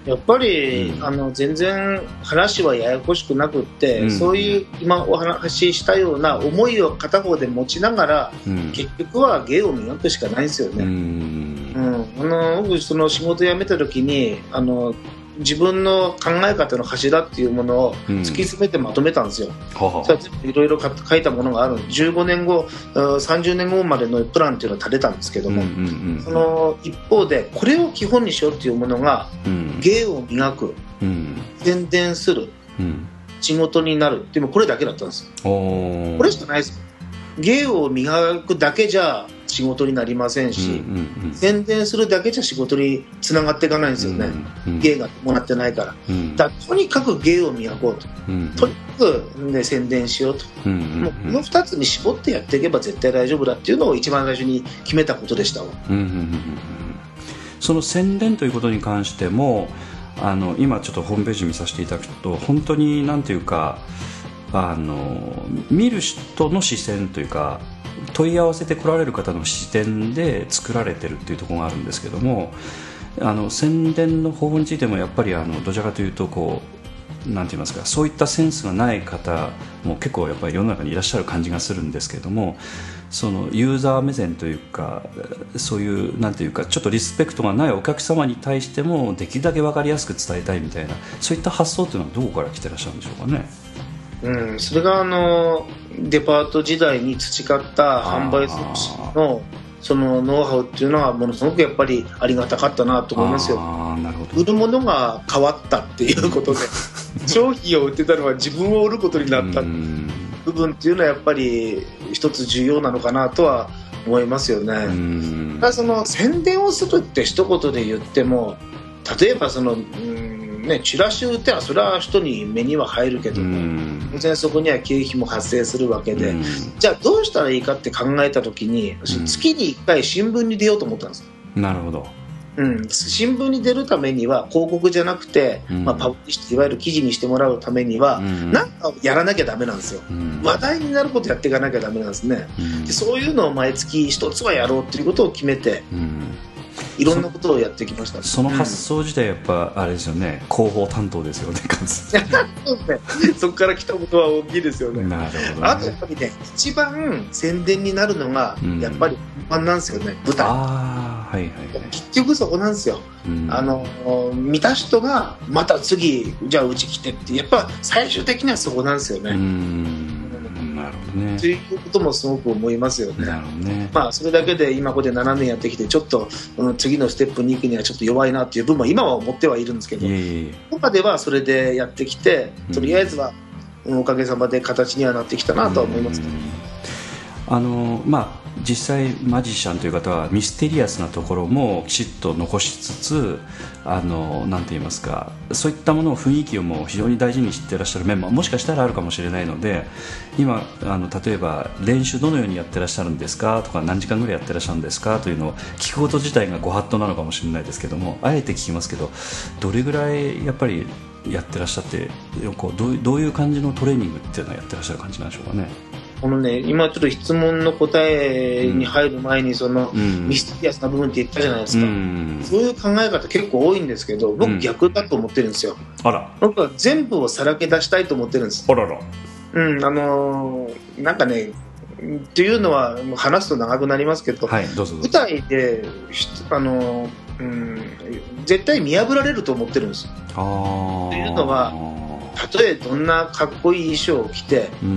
やっぱり、うん、あの全然話はややこしくなくって、うん、そういう今お話ししたような思いを片方で持ちながら、うん、結局は芸を磨くしかないんですよね。うんうん、あの僕その仕事辞めた時にあの自分の考え方の柱っていうものを突き詰めてまとめたんですよ。いろいろ書いたものがある。じゅうごねんご、さんじゅうねんごまでのプランっていうのを立てたんですけども、うんうんうん、その一方でこれを基本にしようっていうものが、うん、芸を磨く、うん、宣伝する、うん、仕事になるっていうのこれだけだったんです。これしかないです。芸を磨くだけじゃ仕事になりませんし、うんうんうん、宣伝するだけじゃ仕事につながっていかないんですよね、うんうん、芸が伴ってないから、うん、だからとにかく芸を磨こうと、うん、とにかく、ね、宣伝しようと、うんうんうん、もうこのふたつに絞ってやっていけば絶対大丈夫だっていうのを一番最初に決めたことでしたわ、うんうんうんうん、 その宣伝ということに関してもあの今ちょっとホームページ見させていただくと本当になんていうかあの見る人の視線というか問い合わせて来られる方の視点で作られてるっていうところがあるんですけどもあの宣伝の方法についてもやっぱりあのどちらかというとこうなんて言いますかそういったセンスがない方も結構やっぱり世の中にいらっしゃる感じがするんですけどもそのユーザー目線というかそういうなんていうかちょっとリスペクトがないお客様に対してもできるだけ分かりやすく伝えたいみたいなそういった発想というのはどこから来てらっしゃるんでしょうかね。 うん、それがあのデパート時代に培った販売促進のそのノウハウっていうのはものすごくやっぱりありがたかったなと思いますよ。 あなるほど。 売るものが変わったっていうことで商品を売ってたのは自分を売ることになった部分っていうのはやっぱり一つ重要なのかなとは思いますよね。うんだからその宣伝をするって一言で言っても例えばそのうんね、チラシを売ってはそれは人に目には入るけども当然そこには経費も発生するわけでじゃあどうしたらいいかって考えた時に月にいっかい新聞に出ようと思ったんです。 なるほど、 うん、新聞に出るためには広告じゃなくて、うんまあ、パブリッシュいわゆる記事にしてもらうためには、うん、なんかやらなきゃダメなんですよ、うん、話題になることやっていかなきゃダメなんですね、うん、でそういうのを毎月一つはやろうっていうことを決めて、うんいろんなことをやってきました。 そ, その発想自体やっぱあれですよね、うん、広報担当ですよね完全にそこから来たことは大きいですよね。 なるほどね。 あとやっぱりね一番宣伝になるのがやっぱり本番なんですよね、うん、舞台。あ、はいはいはい、結局そこなんですよ、うん、あの見た人がまた次じゃあうち来てってやっぱ最終的にはそこなんですよね。うんなるほどね、ということもすごく思いますよね。なるほどね。まあそれだけで今ここでななねんやってきてちょっと、うん、次のステップに行くにはちょっと弱いなっていう部分は今は思ってはいるんですけど、ここではそれでやってきてとりあえずは、うん、おかげさまで形にはなってきたなとは思いますけど、 うん、あのまあ実際マジシャンという方はミステリアスなところもきちっと残しつつあのなんて言いますかそういったものを雰囲気をもう非常に大事にしていらっしゃる面ももしかしたらあるかもしれないので今あの例えば練習どのようにやってらっしゃるんですかとか何時間ぐらいやってらっしゃるんですかというのを聞くこと自体がご法度なのかもしれないですけどもあえて聞きますけどどれぐらいやっぱりやってらっしゃってこうどう、どういう感じのトレーニングっていうのをやってらっしゃる感じなんでしょうかね。 このね、今ちょっと質問の答えに入る前にその、うん、ミステリアスな部分って言ったじゃないですか、うん、そういう考え方結構多いんですけど僕逆だと思ってるんですよ、うん、あら僕は全部をさらけ出したいと思ってるんです。 あらら、 うん、あのー、なんかねっていうのは話すと長くなりますけど、はい、どうぞどうぞ。舞台であのー、うん、絶対見破られると思ってるんです。あっていうのはたとえどんなかっこいい衣装を着て、うん、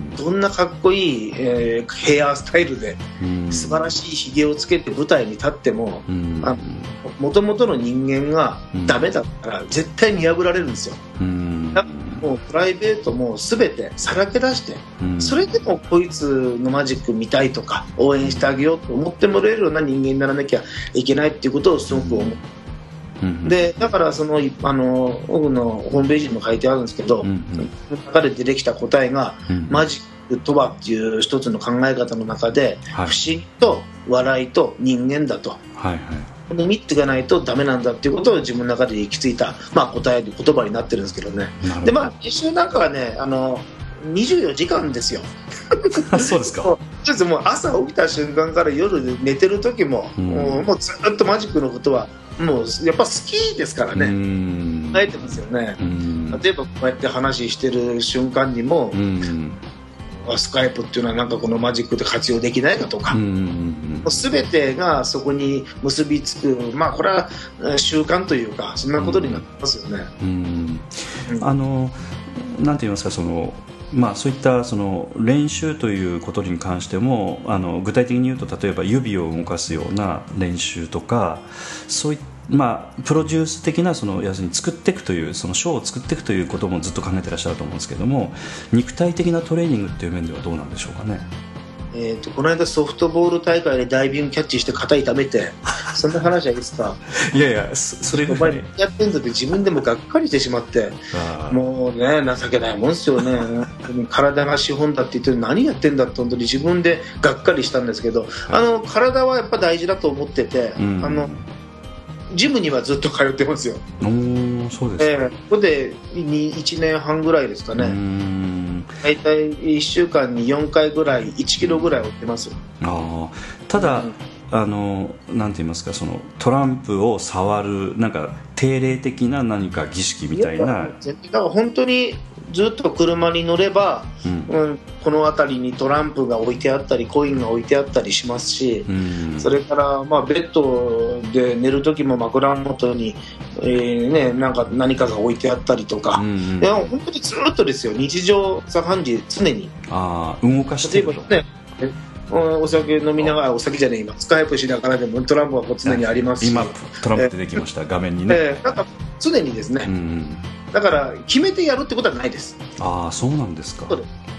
どんなかっこいい、えー、ヘアスタイルで、うん、素晴らしいひげをつけて舞台に立っても、うん、あの元々の人間がダメだったら絶対見破られるんですよ、うん、だからもうプライベートも全てさらけ出して、うん、それでもこいつのマジック見たいとか応援してあげようと思ってもらえるような人間にならなきゃいけないっていうことをすごく思う、うんでだからそのあの僕のホームページにも書いてあるんですけど、うんうん、中で出てきた答えが、うん、マジックとはっていう一つの考え方の中で、はい、不思議と笑いと人間だと、はいはい、このみっつがないとダメなんだっていうことを自分の中で行き着いた、まあ、答えで言葉になってるんですけどね。でまあ一週なんかはねあのにじゅうよじかんですよそうですか。 もう、もう朝起きた瞬間から夜寝てる時も、うん、もうずっとマジックのことはもうやっぱ好きですからね。うんえてますよね。例えばこうやって話してる瞬間にも、スカイプっていうのはなんかこのマジックで活用できないかとか、全てがそこに結びつく、まあこれは習慣というかそんなことになってますよね。 うんうん、あのなんて言いますか、そのまあ、そういったその練習ということに関しても、あの具体的に言うと、例えば指を動かすような練習とか、そういったまあ、プロデュース的なその要するに作っていくという、そのショーを作っていくということもずっと考えてらっしゃると思うんですけども、肉体的なトレーニングっていう面ではどうなんでしょうかね。 えー、とこの間ソフトボール大会でダイビングキャッチして肩痛めてそんな話はいいですか。 いやいや、それぐらいやってんだって自分でもがっかりしてしまって、もうね情けないもんですよね体が資本だって言って何やってんだって本当に自分でがっかりしたんですけど、はい、あの体はやっぱ大事だと思ってて、うん、あのジムにはずっと通ってますよ。 おー、そうですか。 えー、ここでいちねんはんぐらいですかね。だいたいいっしゅうかんによんかいぐらいいちキロぐらい追ってます。 あただ、うん、あのなんて言いますか、そのトランプを触るなんか定例的な何か儀式みたいな。だから本当にずっと車に乗れば、うんうん、この辺りにトランプが置いてあったりコインが置いてあったりしますし、うん、それから、まあ、ベッドで寝る時も枕元に、えーね、なんか何かが置いてあったりとか、うんうん、いや本当にずっとですよ、日常茶飯事常にあ動かしてると、 例えばね、お酒飲みながら、お酒じゃねえ今スカイプしながらでもトランプはこう常にありますし、 今トランプ出てきました、えー、画面にね、 えー、なんか常にですね、うん、だから決めてやるってことはないです。 ああ、そうなんですか。 そうです。 うん、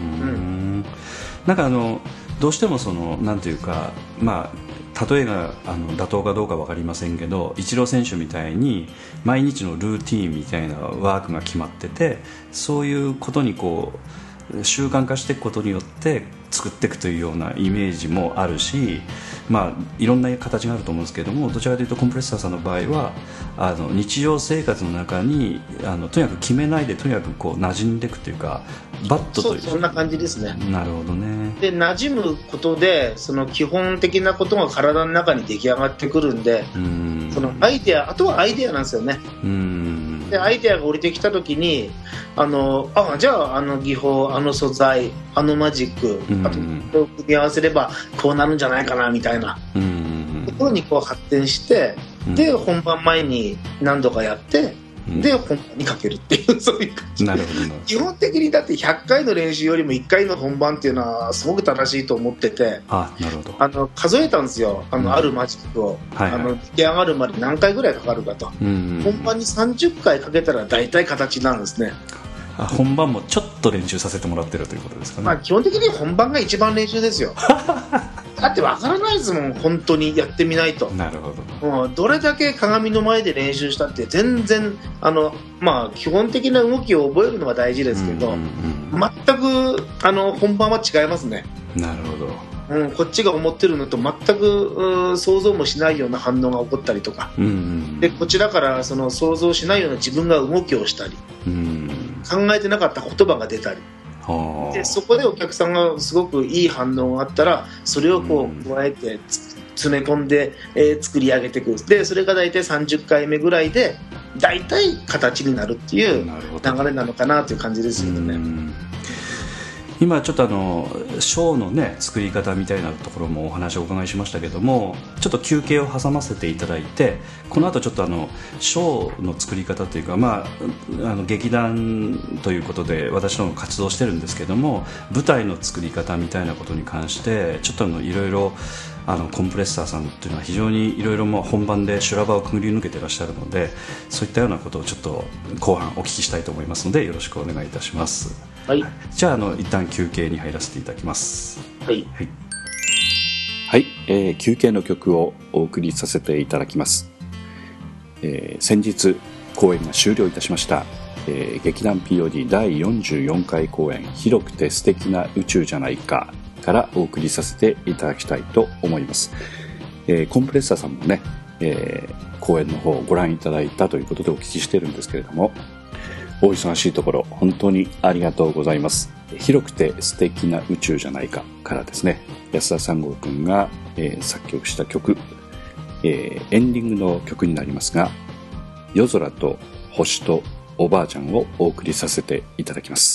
なんかあのどうしてもそのなんていうか、まあ例えがあの妥当かどうか分かりませんけど、イチロー選手みたいに毎日のルーティーンみたいなワークが決まってて、そういうことにこう習慣化していくことによって作っていくというようなイメージもあるし、まあ、いろんな形があると思うんですけれども、どちらかというとコンプレッサーさんの場合はあの日常生活の中にあのとにかく決めないでとにかくこう馴染んでいくというか、バットという、 そう、そんな感じですね。 なるほどね。 で馴染むことでその基本的なことが体の中に出来上がってくるんで、うんそのアイデア、あとはアイデアなんですよね。うんでアイデアが降りてきた時にあのあじゃああの技法、あの素材、あのマジック、あとこう組み合わせればこうなるんじゃないかなみたいなところにこう発展して、で本番前に何度かやって、で本番にかけるっていう、そういう感じ。 なるほど。 基本的にだってひゃっかいの練習よりもいっかいの本番っていうのはすごく正しいと思ってて、 あ、なるほど。 あの数えたんですよ、あの、うん、あるマジックを、はいはい、あの出来上がるまで何回ぐらいかかるかと、うんうん、本番にさんじゅっかいかけたら大体形なんですね。 あ、本番もちょっと練習させてもらってるということですかね。 まあ、基本的に本番が一番練習ですよだって分からないですもん、本当にやってみないと。なるほど。もうどれだけ鏡の前で練習したって全然あの、まあ、基本的な動きを覚えるのが大事ですけど、うんうんうん、全くあの本番は違いますね。 なるほど。 うん、こっちが思ってるのと全く想像もしないような反応が起こったりとか、うんうん、でこちらからその想像しないような自分が動きをしたり、うん、考えてなかった言葉が出たり、でそこでお客さんがすごくいい反応があったらそれをこう加えて詰め込んで、えー、作り上げていく。でそれが大体さんじゅっかいめぐらいで大体形になるっていう流れなのかなという感じですよね。 今ちょっとあのショーのね作り方みたいなところもお話をお伺いしましたけども、ちょっと休憩を挟ませていただいて、この後ちょっとあのショーの作り方というか、まあ、あの劇団ということで私ども活動してるんですけども、舞台の作り方みたいなことに関してちょっとあのいろいろあのコンプレッサーさんというのは非常にいろいろ本番で修羅場をくぐり抜けていらっしゃるので、そういったようなことをちょっと後半お聞きしたいと思いますのでよろしくお願いいたします。はい、じゃあ、あの一旦休憩に入らせていただきます。 はい、 はいはい、えー、休憩の曲をお送りさせていただきます。えー、先日公演が終了いたしました、えー、劇団 ピーオーディー だいよんじゅうよんかい公演広くて素敵な宇宙じゃないかからお送りさせていただきたいと思います。えー、コンプレッサーさんもね、えー、公演の方をご覧いただいたということでお聞きしているんですけれども、お忙しいところ本当にありがとうございます。広くて素敵な宇宙じゃないかからですね、安田三郷くんが、えー、作曲した曲、えー、エンディングの曲になりますが、夜空と星とおばあちゃんをお送りさせていただきます。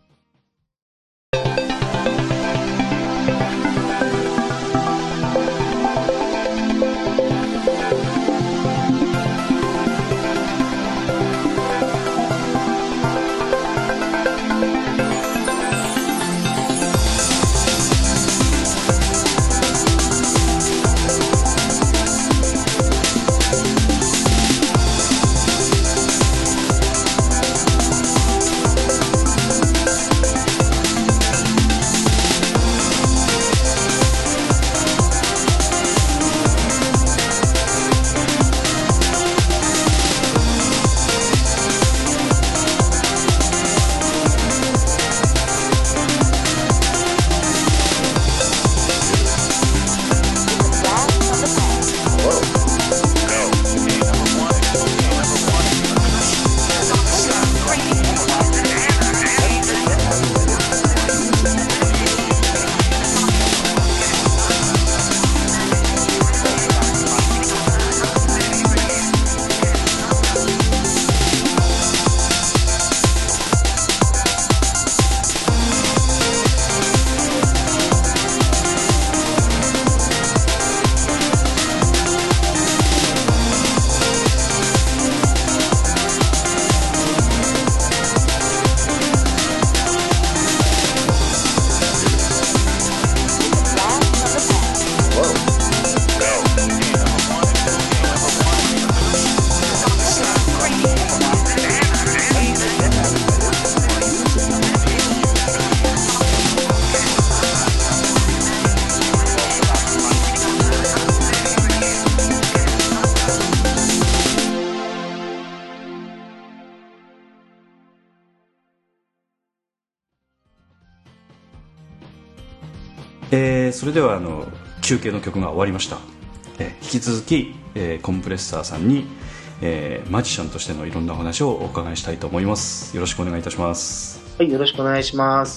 えー、それではあの中継の曲が終わりました。えー、引き続き、えー、コンプレッサーさんに、えー、マジシャンとしてのいろんなお話をお伺いしたいと思います。よろしくお願いいたします。 はい、よろしくお願いします。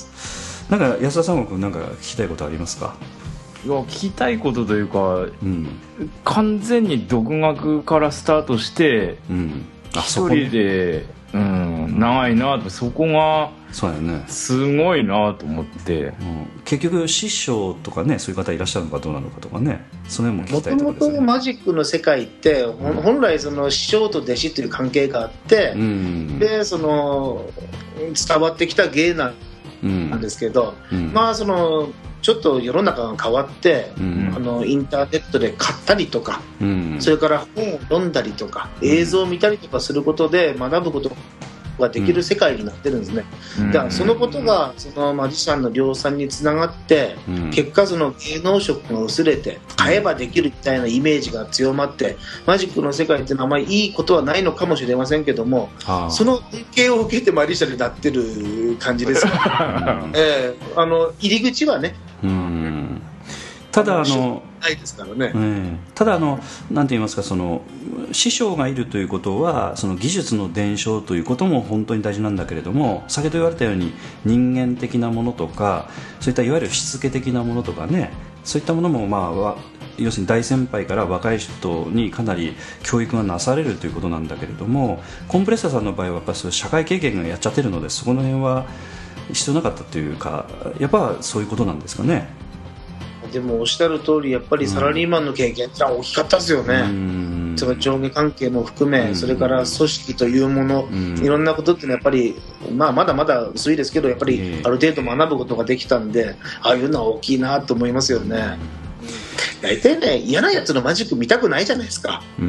なんか安田さんもなんか聞きたいことありますか？ いや聞きたいことというか、うん、完全に独学からスタートして、うん、あ一人で、うん、長いなと、そこがそうやね、 すごいなと思って、うん、 結局師匠とかね、そういう方いらっしゃるのかどうなのかとかね、その辺も聞きたいところですね。 もともとマジックの世界って、うん、本来その師匠と弟子という関係があって、うん、でその伝わってきた芸なんですけど、うん、まあそのちょっと世の中が変わって、うん、あのインターネットで買ったりとか、うん、それから本を読んだりとか、映像を見たりとかすることで学ぶことができる世界になってるんですね、うん、だからそのことがそのマジシャンの量産につながって、うん、結果その芸能色が薄れて買えばできるみたいなイメージが強まって、マジックの世界っていうのはあまりいいことはないのかもしれませんけども、その恩恵を受けてマジシャンになってる感じです、えー、あの入り口はね、うん、 ただあのないですからね、 うん、ただあのなんて言いますか、その師匠がいるということはその技術の伝承ということも本当に大事なんだけれども、先ほど言われたように人間的なものとか、そういったいわゆるしつけ的なものとかね、そういったものも、まあ、要するに大先輩から若い人にかなり教育がなされるということなんだけれども、コンプレッサーさんの場合はやっぱりそういう社会経験がやっちゃってるので、そこの辺は必要なかったというか、やっぱそういうことなんですかね。 でもおっしゃる通り、やっぱりサラリーマンの経験ってのは大きかったですよね、うん、その上下関係も含め、うん、それから組織というもの、うん、いろんなことってのはやっぱり、まあ、まだまだ薄いですけど、やっぱりある程度学ぶことができたんで、ああいうのは大きいなと思いますよね。大体ね、嫌なやつのマジック見たくないじゃないですか、うん、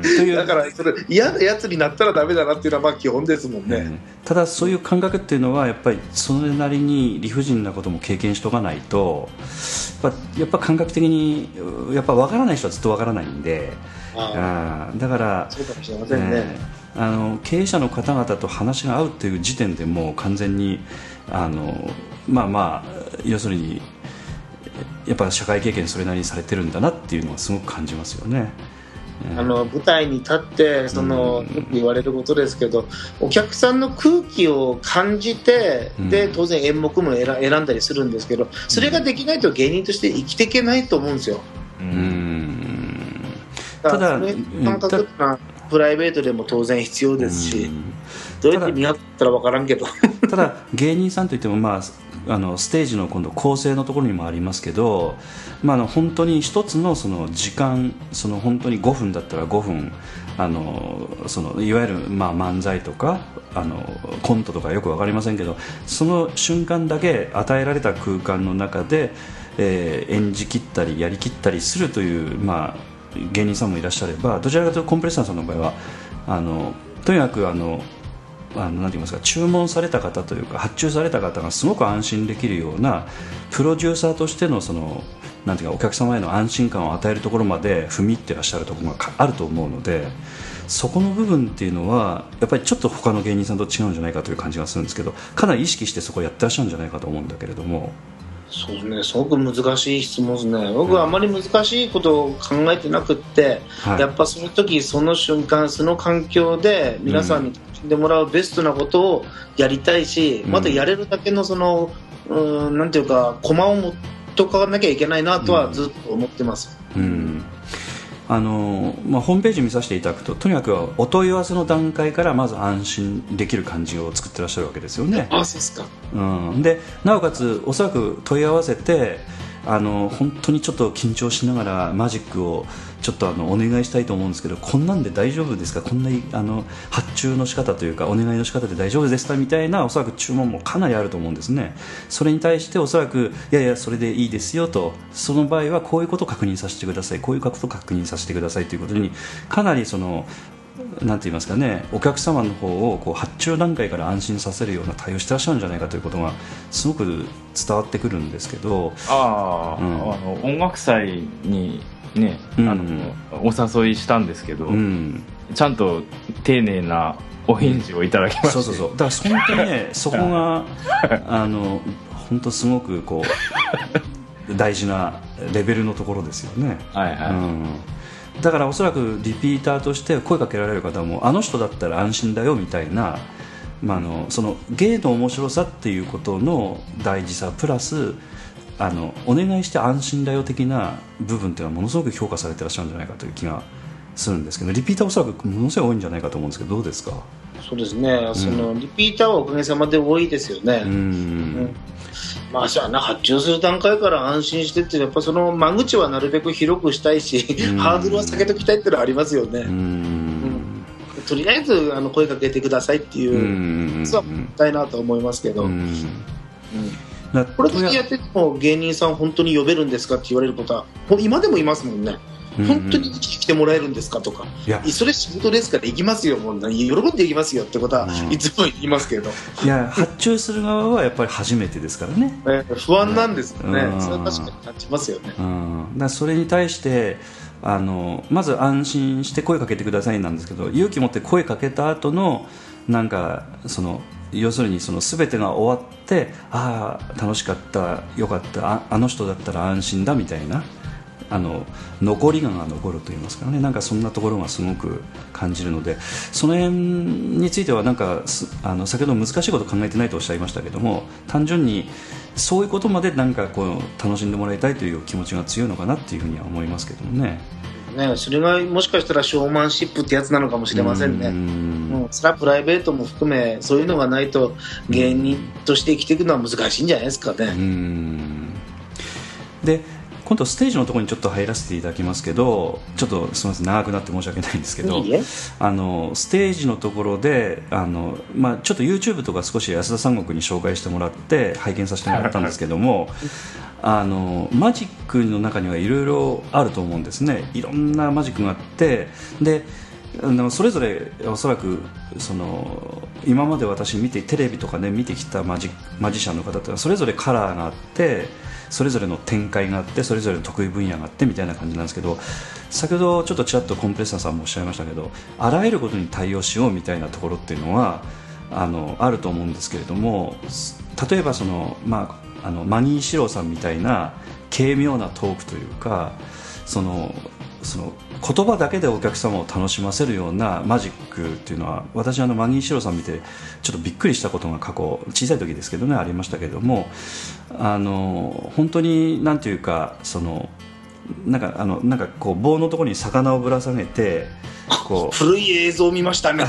だからそれ嫌なやつになったらダメだなっていうのはまあ基本ですもんね、うん、 ただそういう感覚っていうのはやっぱりそれなりに理不尽なことも経験しとかないと、やっぱ、やっぱ感覚的にやっぱ分からない人はずっと分からないんで、ああだからそうかもしれませんね、 えー、あの経営者の方々と話が合うっていう時点でもう完全にあのまあまあ要するにやっぱ社会経験それなりにされてるんだなっていうのはすごく感じますよね。 あの舞台に立ってその、うん、よく言われることですけど、お客さんの空気を感じて、うん、で当然演目も選んだりするんですけど、それができないと芸人として生きていけないと思うんですよ。うん、 ただ感覚ってのはプライベートでも当然必要ですし、どうやって磨くったら分からんけどただ芸人さんといっても、まあ、あのステージの今度構成のところにもありますけど、まあ、あの本当に一つのその時間、その本当にごふんだったらごふん、あのそのいわゆるまあ漫才とかあのコントとかよく分かりませんけど、その瞬間だけ与えられた空間の中で、えー、演じきったりやりきったりするという、まあ、芸人さんもいらっしゃれば、どちらかというとコンプレッサーさんの場合はあのとにかくあのあのなんて言いますか、注文された方というか発注された方がすごく安心できるようなプロデューサーとしてのそのなんていうかお客様への安心感を与えるところまで踏み入ってらっしゃるところがあると思うので、そこの部分っていうのはやっぱりちょっと他の芸人さんと違うんじゃないかという感じがするんですけど、かなり意識してそこをやってらっしゃるんじゃないかと思うんだけれども。 そうですね、すごく難しい質問ですね。僕はあまり難しいことを考えてなくって、はい、やっぱその時その瞬間その環境で皆さんに楽しんでもらうベストなことをやりたいし、うん、またやれるだけのそのうんなんていうか駒を持っとかなきゃいけないなとはずっと思ってます、うんうんあのまあ、ホームページ見させていただくと、とにかくお問い合わせの段階からまず安心できる感じを作ってらっしゃるわけですよね。 あ、そうですか。 うん、でなおかつおそらく問い合わせてあの本当にちょっと緊張しながらマジックをちょっとあのお願いしたいと思うんですけど、こんなんで大丈夫ですか、こんなあの発注の仕方というかお願いの仕方で大丈夫ですかみたいなおそらく注文もかなりあると思うんですね。それに対しておそらくいやいやそれでいいですよと、その場合はこういうことを確認させてください、こういうことを確認させてくださいということにかなりそのなんて言いますかね、お客様の方をこう発注段階から安心させるような対応してらっしゃるんじゃないかということがすごく伝わってくるんですけど、 あ、うん、あの音楽祭にね、うん、あのお誘いしたんですけど、うん、ちゃんと丁寧なお返事をいただきました、 うん、そうそうそう、だから本当にねそこがあの本当すごくこう大事なレベルのところですよね。 はいはい、うん、 だからおそらくリピーターとして声かけられる方もあの人だったら安心だよみたいな、まあ、あのその芸の面白さっていうことの大事さプラスあのお願いして安心だよ的な部分っていうのはものすごく評価されてらっしゃるんじゃないかという気がするんですけど、リピーターはおそらくものすごい多いんじゃないかと思うんですけど、どうですか。 そうですね、うん、そのリピーターはおかげさまで多いですよね。うん、うん、まあじゃあな発注する段階から安心してってやっぱその間口はなるべく広くしたいし、うん、ハードルは下げときたいっていうのはありますよね。うん、うん、とりあえずあの声かけてくださいっていう実はもったいなと思いますけど、うんうんうん、これだけやってても芸人さん本当に呼べるんですかって言われることは今でもいますもんね。本当に来てもらえるんですかとか、いやそれ仕事ですから行きますよ、もう喜んで行きますよってことはいつも言いますけど、 いや発注する側はやっぱり初めてですからね、 えー、不安なんですよね、うん、それは確かに感じますよね、 うん、だからそれに対してあのまず安心して声かけてくださいなんですけど、勇気持って声かけた後のなんかその要するにその全てが終わってああ楽しかったよかった あ, あの人だったら安心だみたいなあの残りがが残るといいますかね、なんかそんなところがすごく感じるので、その辺についてはなんかあの先ほど難しいこと考えてないとおっしゃいましたけども、単純にそういうことまでなんかこう楽しんでもらいたいという気持ちが強いのかなっていうふうには思いますけどもね。 ね、それがもしかしたらショーマンシップってやつなのかもしれませんね。うん、それはプライベートも含めそういうのがないと芸人として生きていくのは難しいんじゃないですかね。うんで今度ステージのところにちょっと入らせていただきますけど、ちょっとすみません長くなって申し訳ないんですけど、いいあのステージのところであの、まあ、ちょっと YouTube とか少し安田三国に紹介してもらって拝見させてもらったんですけどもあのマジックの中にはいろいろあると思うんですね。いろんなマジックがあって、でそれぞれおそらくその今まで私見てテレビとかね見てきたマジマジシャンの方ってそれぞれカラーがあってそれぞれの展開があってそれぞれの得意分野があってみたいな感じなんですけど、先ほどちょっとちらっとコンプレッサーさんもおっしゃいましたけど、あらゆることに対応しようみたいなところっていうのはあのあると思うんですけれども、例えばその、まあ、あのマニー四郎さんみたいな軽妙なトークというかそのその言葉だけでお客様を楽しませるようなマジックっていうのは私あのマギー四郎さん見てちょっとびっくりしたことが過去小さい時ですけどねありましたけれども、あの本当になんていうかそのなんかあのなんかこう棒のところに魚をぶら下げてこう古い映像を見ましたね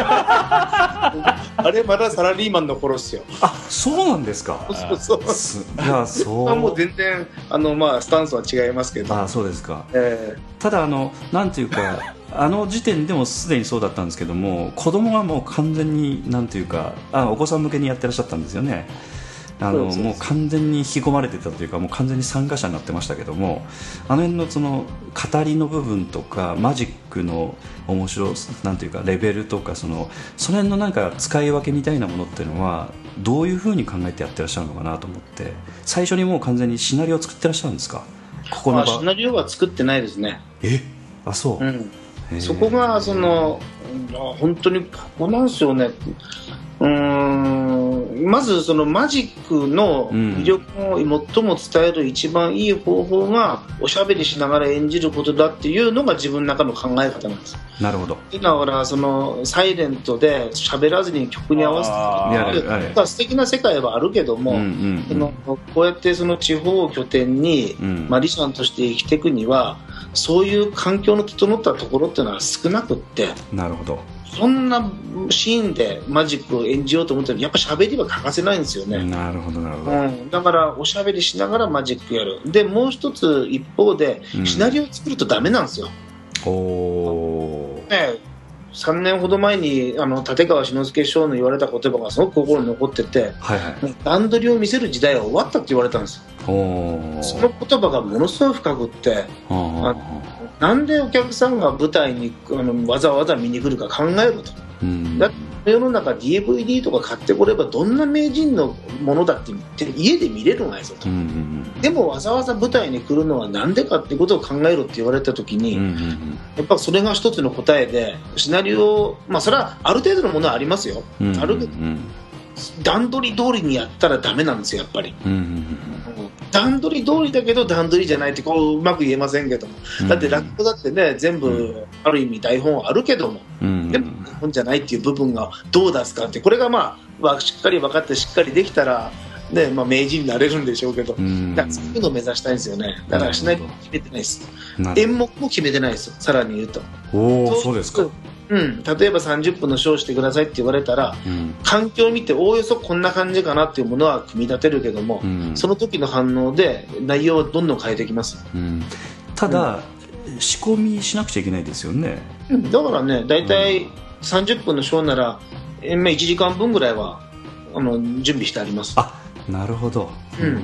あれまだサラリーマンの頃ですよ。 あ、そうなんですか。 そうそうそう。 いや、そうもう全然あの、まあ、スタンスは違いますけど。 あ、そうですか、 えー、 ただあのなんていうかあの時点でもすでにそうだったんですけども、子供がもう完全になんていうかあお子さん向けにやってらっしゃったんですよね。あのもう完全に引き込まれてたというか、もう完全に参加者になってましたけども、あの辺のその語りの部分とかマジックの面白なんていうかレベルとか、そのその辺のなんか使い分けみたいなものっていうのはどういうふうに考えてやってらっしゃるのかなと思って、最初にもう完全にシナリオを作ってらっしゃるんですか。ここの場シナリオは作ってないですね。 えあそう、うん、 そこがその本当にここなんですよね。うーん、まずそのマジックの魅力を最も伝える一番いい方法がおしゃべりしながら演じることだっていうのが自分の中の考え方なんです。 なるほど。 だからそのサイレントで喋らずに曲に合わせて素敵な世界はあるけども、うんうんうん、のこうやってその地方を拠点に、うん、マジシャンとして生きていくにはそういう環境の整ったところっていうのは少なくって。 なるほど。 そんなシーンでマジックを演じようと思ったらやっぱ喋りは欠かせないんですよね。 なるほどなるほど、 うん、だからおしゃべりしながらマジックやる。でもう一つ一方で、うん、シナリオを作るとダメなんですよ。 おー、 ね、さんねんほど前にあの立川志の輔師匠の言われた言葉がすごく心に残ってて、はいはい、段取りを見せる時代は終わったって言われたんですよ。おその言葉がものすごい深くってあなんでお客さんが舞台にあのわざわざ見に来るか考えると、うん、だって世の中 ディーブイディー とか買ってこればどんな名人のものだって家で見れるんやぞと、うん、でもわざわざ舞台に来るのはなんでかってことを考えろって言われた時に、うん、やっぱそれが一つの答えでシナリオ、まあそれはある程度のものはありますよ、うん、あるけど、うん、段取り通りにやったらダメなんですよやっぱり、うん、段取り通りだけど段取りじゃないってこううまく言えませんけども、うん、だって落語だってね全部ある意味台本はあるけども、うん、でも台本じゃないっていう部分がどう出すかって、これがまあしっかり分かってしっかりできたらね、まあ、名人になれるんでしょうけど、うん、だからそういうのを目指したいんですよね。だからシナリオ決めてないです。演目も決めてないです。さらに言うと。 おお、そうですか。 うん、例えばさんじゅっぷんのショーしてくださいって言われたら、うん、環境を見ておおよそこんな感じかなっていうものは組み立てるけども、うん、その時の反応で内容をどんどん変えていきます、うん、 ただ、うん、仕込みしなくちゃいけないですよね、 うん、だからねだいたいさんじゅっぷんのショーなら、うん、いちじかんぶんぐらいはあの準備してあります。 あ、なるほど、うん、うん、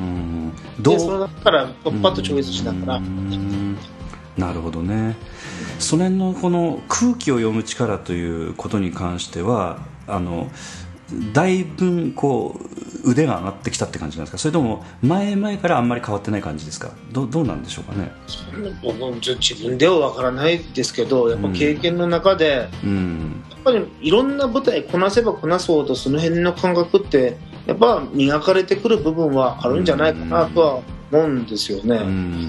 どうでそれだからパッとチョイスしながら、 なるほどね。その辺のこの空気を読む力ということに関してはあのだいぶこう腕が上がってきたって感じなんですか、それとも前々からあんまり変わってない感じですか。 ど, どうなんでしょうかね。 自分ではわからないですけどやっぱ経験の中で、うん、やっぱりいろんな舞台こなせばこなそうとその辺の感覚ってやっぱ磨かれてくる部分はあるんじゃないかなとは思うんですよね、うん、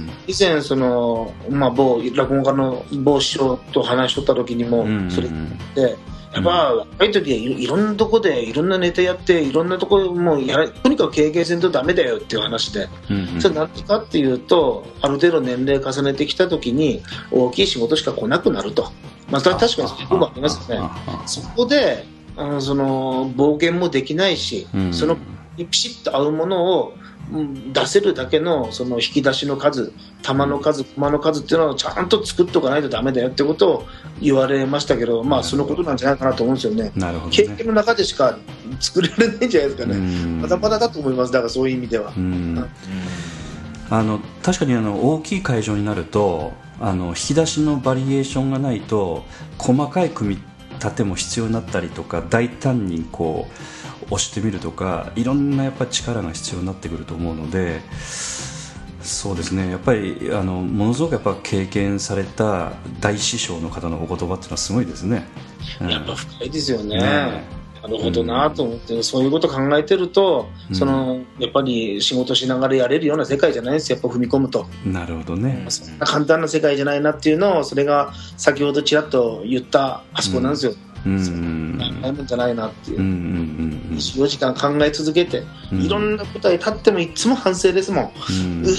以前その、まあ、某落語家の某師匠と話しとった時にもそれでやっぱ若い時はいろんなとこでいろんなネタやっていろんなとこもうやらとにかく経験せんとダメだよっていう話で、うんうん、それ何かっていうとある程度年齢重ねてきた時に大きい仕事しか来なくなると、まあ、確かにそういう部分もありますよね。そこであのその冒険もできないし、うん、そのピシッと合うものを出せるだけのその引き出しの数玉の数駒の数っていうのをちゃんと作っておかないとダメだよってことを言われましたけど、まあそのことなんじゃないかなと思うんですよね。 なるほどね。 経験の中でしか作られないんじゃないですかね。まだまだだと思います。だからそういう意味では、うん、 あの確かにあの大きい会場になるとあの引き出しのバリエーションがないと細かい組み立ても必要になったりとか大胆にこう押してみるとかいろんなやっぱ力が必要になってくると思うので、そうですねやっぱりあのものすごくやっぱ経験された大師匠の方のお言葉っていうのはすごいですね、 うん、やっぱ深いですよね、ねなるほどなと思って、うん、そういうこと考えてると、うん、そのやっぱり仕事しながらやれるような世界じゃないですよやっぱ踏み込むと。 なるほどね、 そんな簡単な世界じゃないなっていうのをそれが先ほどちらっと言ったあそこなんですよ、うん、うんないもんじゃないなっていう、うんうんうん、にじゅうよじかん考え続けて、うん、いろんな舞台立ってもいつも反省ですもん、うん、うわ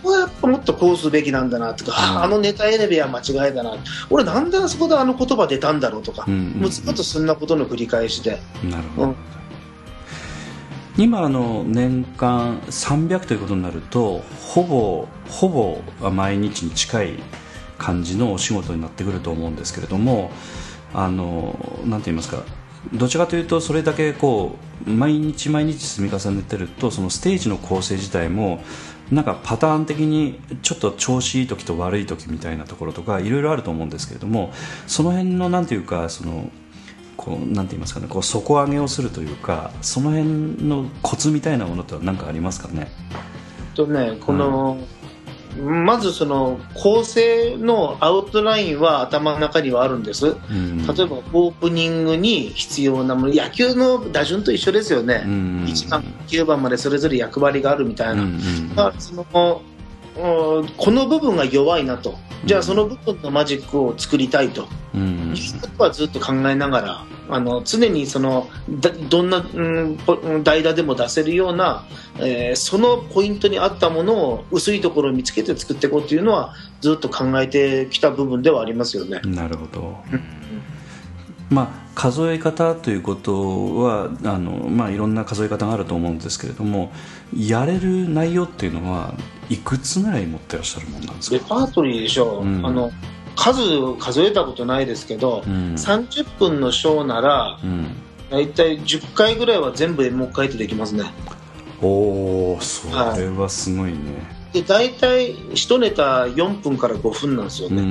こはやっぱもっとこうすべきなんだなとか、うん、あのネタ選びは間違いだな、俺なんであそこであの言葉出たんだろうとか、うんうんうん、もうずっとそんなことの繰り返しで。 なるほど、うん、今あの年間さんびゃくということになるとほぼほぼ毎日に近い感じのお仕事になってくると思うんですけれども、あのなんて言いますか、どちらかというとそれだけこう毎日毎日積み重ねてると、そのステージの構成自体もなんかパターン的にちょっと調子いい時と悪い時みたいなところとかいろいろあると思うんですけれども、その辺のなんていうか、そのこうなんて言いますかね、こう底上げをするというか、その辺のコツみたいなものって何かありますかね。 とね、この、うん、まずその構成のアウトラインは頭の中にはあるんです、うん、例えばオープニングに必要なもの、野球の打順と一緒ですよね、うん、いちばんきゅうばんまでそれぞれ役割があるみたいな、うん、だからそのこの部分が弱いなと、じゃあその部分のマジックを作りたいと、うん、いうことはずっと考えながら、あの常にそのだどんな、うん、代打でも出せるような、えー、そのポイントに合ったものを薄いところを見つけて作っていこうというのはずっと考えてきた部分ではありますよね。 なるほどまあ、数え方ということはあの、まあ、いろんな数え方があると思うんですけれども、やれる内容っていうのはいくつぐらい持ってらっしゃるものなんですか。 レパートリーでしょう、うん、あの数数えたことないですけど、うん、さんじゅっぷんのショーなら、うん、だいたいじゅっかいぐらいは全部演目変えてできますね。 おー、それはすごいね、 はい、でだいたいいちネタよんぷんからごふんなんですよね。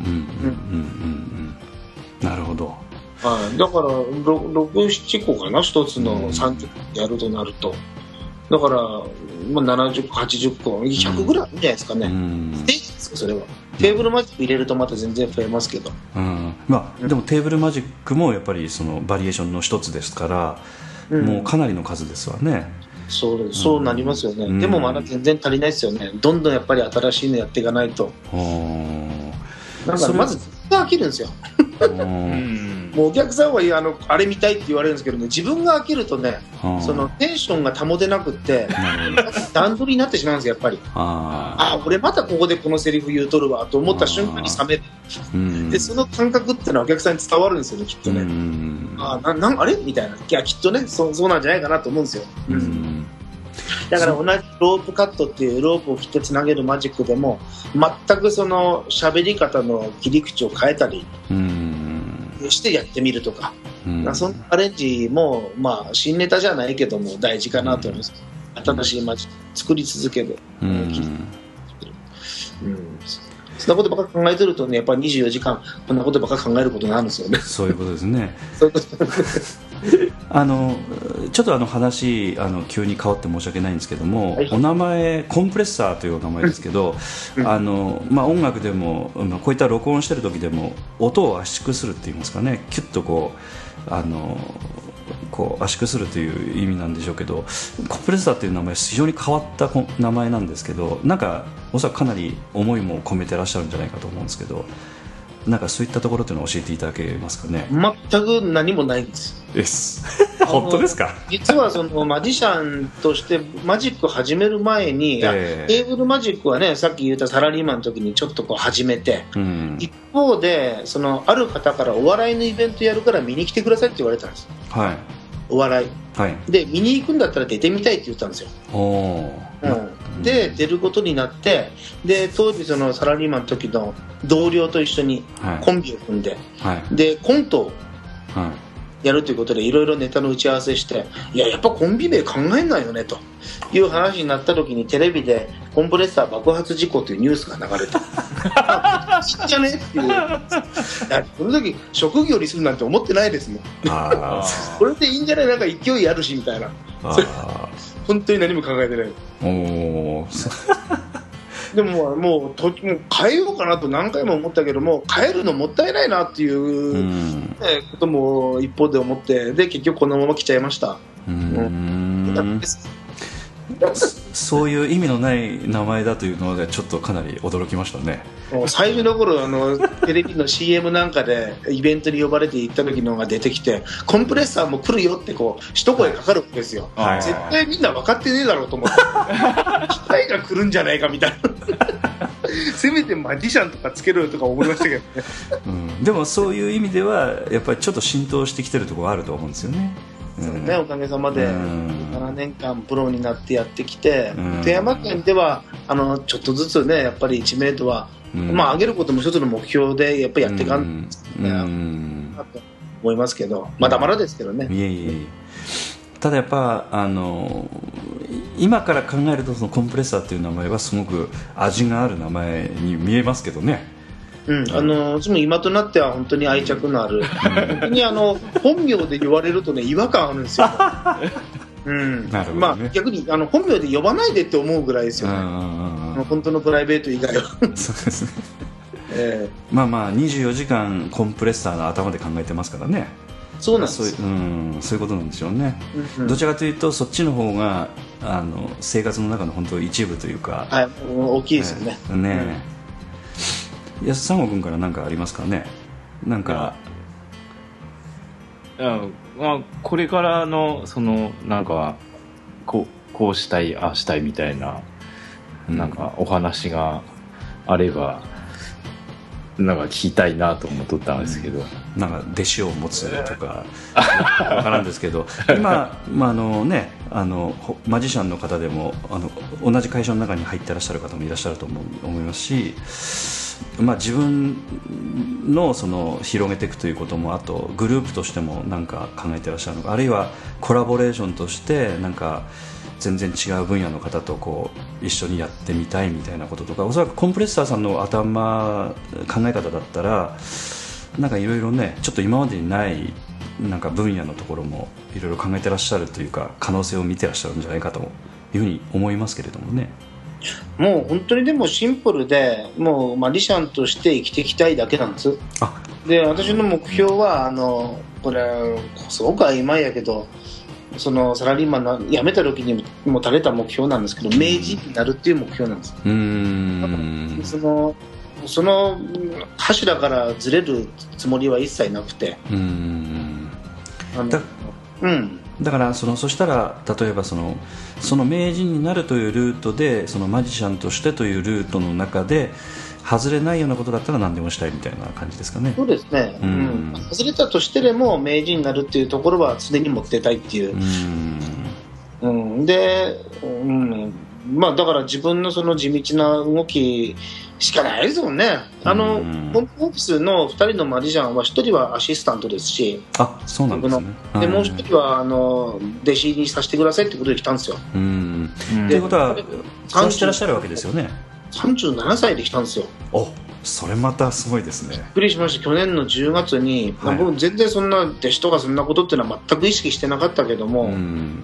なるほど。 はい、だからろく、ななこかな、一つのさんじゅっぷんやるとなると、だから、まあ、ななじゅっこ、はちじゅっこ、ひゃくぐらいあるんじゃないですかね、うん、ステージですか、それは。テーブルマジック入れるとまた全然増えますけど、 うんまあ、でもテーブルマジックもやっぱりそのバリエーションの一つですから、うん、もうかなりの数ですわね。 そうそうなりますよね、うん、でもまだ全然足りないですよね。どんどんやっぱり新しいのやっていかないと。だからまず飽きるんですよもうお客さんはあのあれ見たいって言われるんですけどね、自分が飽きるとね、そのテンションが保てなくって段取りになってしまうんですよ、やっぱり。ああ、俺またここでこのセリフ言うとるわと思った瞬間に冷める。でその感覚っていうのはお客さんに伝わるんですよね、きっとね。あななあれみたいな、いやきっとね、そそうなんじゃないかなと思うんですよ。うんだから同じロープカットっていうロープを切ってつなげるマジックでも全くその喋り方の切り口を変えたりしてやってみるとか、そのアレンジもまあ新ネタじゃないけども大事かなと思います。新しいマジック作り続ける、うん、そんなことばっか考えてるとね、やっぱりにじゅうよじかんこんなことばっか考えることになるんですよね。 そういうことですねあのちょっとあの話あの急に変わって申し訳ないんですけども、はい、お名前コンプレッサーというお名前ですけどあの、まあ、音楽でも、まあ、こういった録音してる時でも音を圧縮するっていいますかね、キュッとこうあのこう圧縮するという意味なんでしょうけど、コンプレッサーという名前非常に変わった名前なんですけど、なんかおそらくかなり思いも込めてらっしゃるんじゃないかと思うんですけど、なんかそういったところというのを教えていただけますかね。 全く何もないんですです本当ですか。 実はそのマジシャンとしてマジックを始める前に、えー、テーブルマジックはね、さっき言ったサラリーマンの時にちょっとこう始めて、うん、一方でそのある方からお笑いのイベントやるから見に来てくださいって言われたんです、はい、お笑い、はい、で見に行くんだったら出てみたいって言ったんですよ。おうん、で出ることになって、で当時そのサラリーマンの時の同僚と一緒にコンビを組んで、はい、でコントをやるということでいろいろネタの打ち合わせして、いややっぱコンビ名考えないよねという話になった時にテレビでコンプレッサー爆発事故というニュースが流れていいんじゃねっていう、いやその時職業にするなんて思ってないですもん。あこれでいいんじゃない、なんか勢いあるしみたいな、本当に何も考えてない。おでももうともう変えようかなと何回も思ったけども、変えるのもったいないなっていう、うんえー、ことも一方で思って、で結局このまま来ちゃいました。うんうんそういう意味のない名前だというのでちょっとかなり驚きましたね。 もう最初の頃あのテレビの シーエム なんかでイベントに呼ばれて行った時のが出てきて、コンプレッサーも来るよってこう一声かかるわけですよ、はい、絶対みんな分かってねえだろうと思って機械が来るんじゃないかみたいなせめてマジシャンとかつけろよとか思いましたけどね、 うん、でもそういう意味ではやっぱりちょっと浸透してきてるところあると思うんですよね。 そうね、おかげさまでななねんかんプロになってやってきて、富山県ではあのちょっとずつねやっぱり知名度は、まあ、上げることも一つの目標でやっぱりやっていかんですね、うん、と思いますけど、まだまだですけどね。 いえいえ、ただやっぱあの今から考えるとそのコンプレッサーっていう名前はすごく味がある名前に見えますけどね。 うん、あのいつも今となっては本当に愛着のある、本当にあの本名で言われるとね違和感あるんですよ。うん、なるほどね。まあ、逆にあの本名で呼ばないでって思うぐらいですよね、本当のプライベート以外は。そうですね、えー、まあまあにじゅうよじかんコンプレッサーの頭で考えてますからね。そうなんです。 そういう、うん、そういうことなんでしょうね、うんうん、どちらかというとそっちの方があの生活の中の本当一部というか、 はい、大きいですよね。 えー、ねえ、安三郷君から何かありますかね。なんか、 いや、まあ、これからのそのなんかこう、こうしたいああしたいみたいな、うん、なんかお話があればなんか聞きたいなと思っとったんですけど、 うん、なんか弟子を持つとかわからんですけど今、まああのね、あのマジシャンの方でもあの同じ会社の中に入ってらっしゃる方もいらっしゃると思う思いますし、まあ、自分 の, その広げていくということも、あとグループとしても何か考えてらっしゃるのか、あるいはコラボレーションとしてなんか全然違う分野の方とこう一緒にやってみたいみたいなこととか、おそらくコンプレッサーさんの頭考え方だったらなんかいろいろね、ちょっと今までにないなんか分野のところもいろいろ考えてらっしゃるというか、可能性を見てらっしゃるんじゃないかというふうに思いますけれどもね。 もう本当にでもシンプルで、もうマジシャンとして生きていきたいだけなんです。あで、私の目標はあのこれすごく曖昧やけど、そのサラリーマン辞めた時にも垂れた目標なんですけど、名人になるっていう目標なんです。うーん、そのその柱からずれるつもりは一切なくて、うーんあのだ、うん、だからそのそしたら例えばそのその名人になるというルートで、そのマジシャンとしてというルートの中で外れないようなことだったら何でもしたいみたいな感じですかね。 そうですね、うんうん、外れたとしてでも名人になるっていうところは常に持ってたいっていう、うん、うん、で、うん、まあだから自分のその地道な動きしかないですもんね。あのコンプオフィスのふたりのマジシャンはひとりはアシスタントですし、 あ、そうなんですね。 でもうひとりはあの弟子にさせてくださいってことで来たんですよ。 うん、ということはそうしてらっしゃるわけですよね。 さんじゅうななさいで来たんですよ。 お、それまたすごいですね。 びっくりしました。去年のじゅうがつに、はい、僕全然そんな弟子とかそんなことっていうのは全く意識してなかったけども、うん、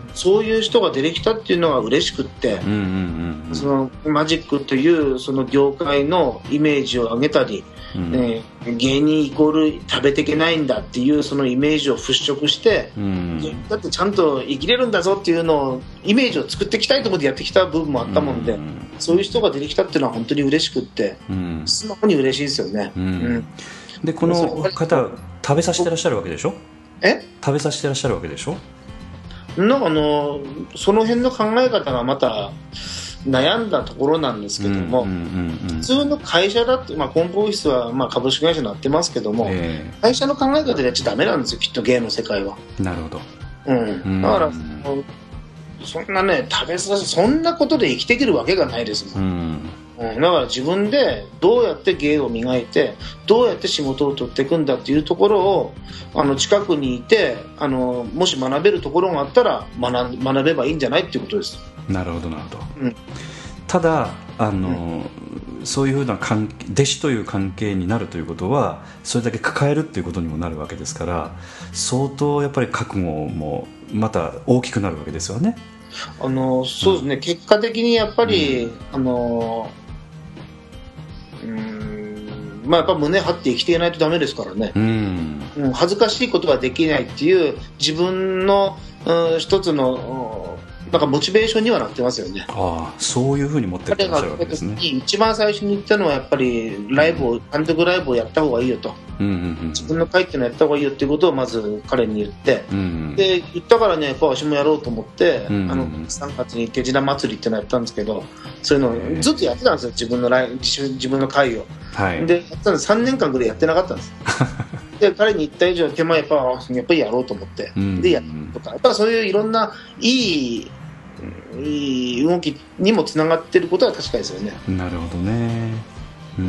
そういう人が出てきたっていうのが嬉しくって、うんうんうん、そのマジックというその業界のイメージを上げたり、うんえー、芸人イコール食べていけないんだっていうそのイメージを払拭して、うん、だってちゃんと生きれるんだぞっていうのをイメージを作っていきたいところでやってきた部分もあったもんで、うん、そういう人が出てきたっていうのは本当に嬉しくって、うん、素直に嬉しいですよね、うんうん、 でこの方食べさせてらっしゃるわけでしょ。 え食べさせてらっしゃるわけでしょ。 なんかあのその辺の考え方がまた悩んだところなんですけども、うんうんうんうん、普通の会社だって、まあ、コンプオフィスはまあ株式会社になってますけども、えー、会社の考え方でやっちゃダメなんですよ、きっと芸の世界は。 なるほど、 うん、だから、うん、そんなね食べさせそんなことで生きていけるわけがないですもん、うんうん、だから自分でどうやって芸を磨いてどうやって仕事を取っていくんだっていうところをあの近くにいてあのもし学べるところがあったら 学, 学べばいいんじゃないっていうことです。 なるほどなるほど、うん、ただあの、うん、そういうふうな関係弟子という関係になるということはそれだけ抱えるっていうことにもなるわけですから、相当やっぱり覚悟もまた大きくなるわけですよね。 あのそうですね、うん、結果的にやっぱり、うん、あのうーんまあ、やっぱ胸張って生きていないとダメですからね、うんうん、恥ずかしいことができないっていう自分の、うん、一つのなんかモチベーションにはなってますよね。 ああ、そういうふうに持ってらっしゃるわけですね。 一番最初に言ったのはやっぱりライブを、うん、単独ライブをやった方がいいよと、 うんうんうん、 自分の会っていうのやった方がいいよっていうことをまず彼に言って、うんうん、で言ったからねやっぱ私もやろうと思って、うんうん、あのさんがつに手品祭りっていうのをやったんですけど、そういうのをずっとやってたんですよ、自分のライ自, 自分の会を、はい、でやってたんです。さんねんかんぐらいやってなかったんですで彼に言った以上手間やっぱやっぱりやろうと思って、うんうん、でやるとかやっぱそういういろんないいいい動きにもつながってることは確かですよね。 なるほどね。うん、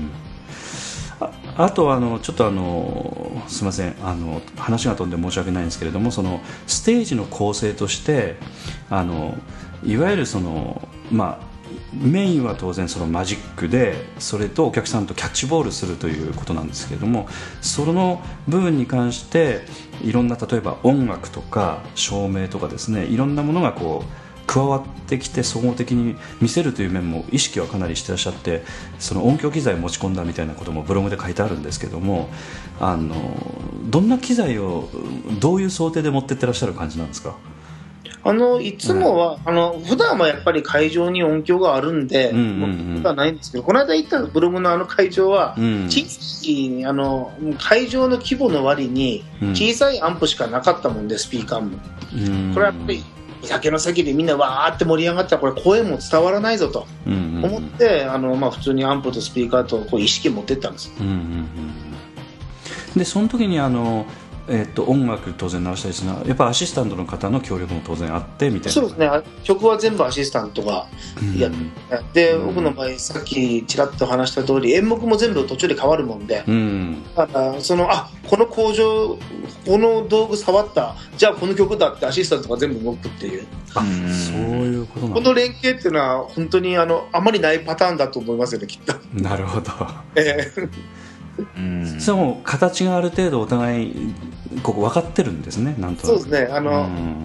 あ, あとあのちょっとあのすみません、あの話が飛んで申し訳ないんですけれども、そのステージの構成としてあのいわゆるそのまあメインは当然そのマジックで、それとお客さんとキャッチボールするということなんですけれども、その部分に関していろんな例えば音楽とか照明とかですね、いろんなものがこう加わってきて総合的に見せるという面も意識はかなりしてらっしゃって、その音響機材を持ち込んだみたいなこともブログで書いてあるんですけども、あのどんな機材をどういう想定で持ってってらっしゃる感じなんですか？ あのいつもは、うん、あの普段はやっぱり会場に音響があるんで、うんうんうん、ことはないんですけど、この間行ったブログのあの会場は、うん、小さいあの会場の規模の割に小さいアンプしかなかったもんで、スピーカーも、うん、これはやっぱり酒の先でみんなわーって盛り上がったらこれ声も伝わらないぞと思って、うんうんうん、あのまあ、普通にアンプとスピーカーとこう意識持ってったんです、うんうんうん、 でその時にあのえー、と音楽当然鳴らしたりするのはやっぱアシスタントの方の協力も当然あってみたいな。 そうですね、曲は全部アシスタントがやって、うん、で僕の場合さっきちらっと話した通り演目も全部途中で変わるもんで、うん、だからそのあこの工場この道具触ったじゃあこの曲だってアシスタントが全部動くっていう、 あそういうことなんだ。 この連携っていうのは本当に あのあまりないパターンだと思いますよねきっと。 なるほど、 えーうん、それも形がある程度お互いここ分かってるんですね、なんとなく。 そうですね、あの、うん、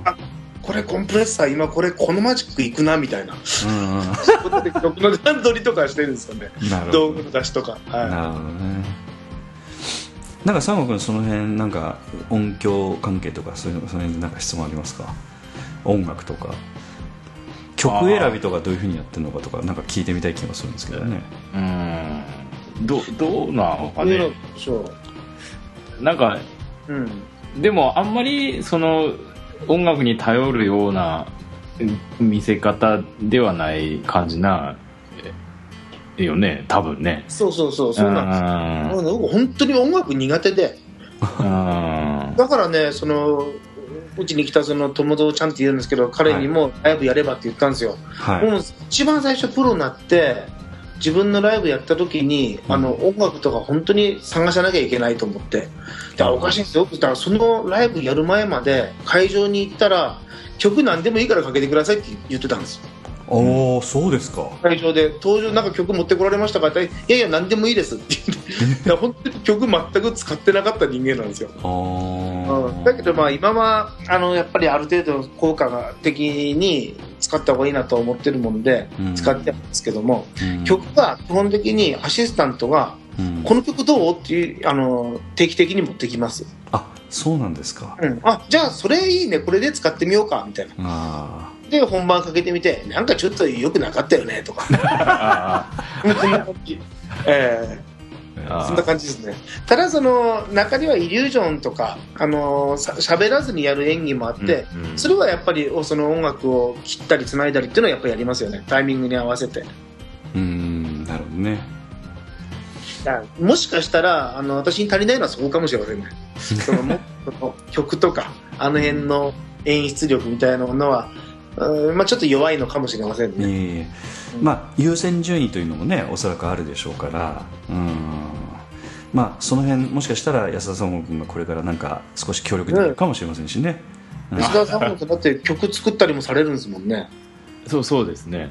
あこれコンプレッサー今これこのマジックいくなみたいな、うんうん、そういう曲の段取りとかしてるんですよね道具の出しとか、はい、なるほどね。 なんか三郷君その辺なんか音響関係とかそういうのその辺でなんか質問ありますか？音楽とか曲選びとかどういう風にやってるのかとかなんか聞いてみたい気がするんですけどね。 うんど, どうなのかね。なんか、うん、でもあんまりその音楽に頼るような見せ方ではない感じなよね多分ね。 そうそうそうそうなんです。僕本当に音楽苦手でだからねそのうちに来たその友達ちゃんって言うんですけど彼にもライブやればって言ったんですよ、はい、もう一番最初プロになって自分のライブやった時に、うん、あの音楽とか本当に探さなきゃいけないと思って、だからおかしいんですよ。だからそのライブやる前まで会場に行ったら曲何でもいいからかけてくださいって言ってたんですよ。 おー、そうですか。 会場で登場なんか曲持ってこられましたかって、いやいや何でもいいですって言って本当に曲全く使ってなかった人間なんですよ。うん、だけどまあ今はあのやっぱりある程度効果が的に使った方がいいなと思ってるもんで使ってるんですけども、うん、曲が基本的にアシスタントが、うん、この曲どうっていうあの定期的に持ってきます。 あ、そうなんですか、 うん、あ、じゃあそれいいねこれで使ってみようかみたいな。あで本番かけてみてなんかちょっと良くなかったよねとかこんな感じ、えー、そんな感じですね。ただその中にはイリュージョンとかあの喋らずにやる演技もあって、うんうん、それはやっぱりその音楽を切ったり繋いだりっていうのはやっぱりやりますよね、タイミングに合わせて。 うーん、なるほどね。 もしかしたらあの私に足りないのはそこかもしれませんねそのもその曲とかあの辺の演出力みたいなものはうん、まあ、ちょっと弱いのかもしれませんね、えーまあ、優先順位というのもねおそらくあるでしょうから、うん、まあ、その辺もしかしたら安田さん君がこれからなんか少し協力できるかもしれませんしね、 うん、安田さんもだって曲作ったりもされるんですもんね。 そうそうですね、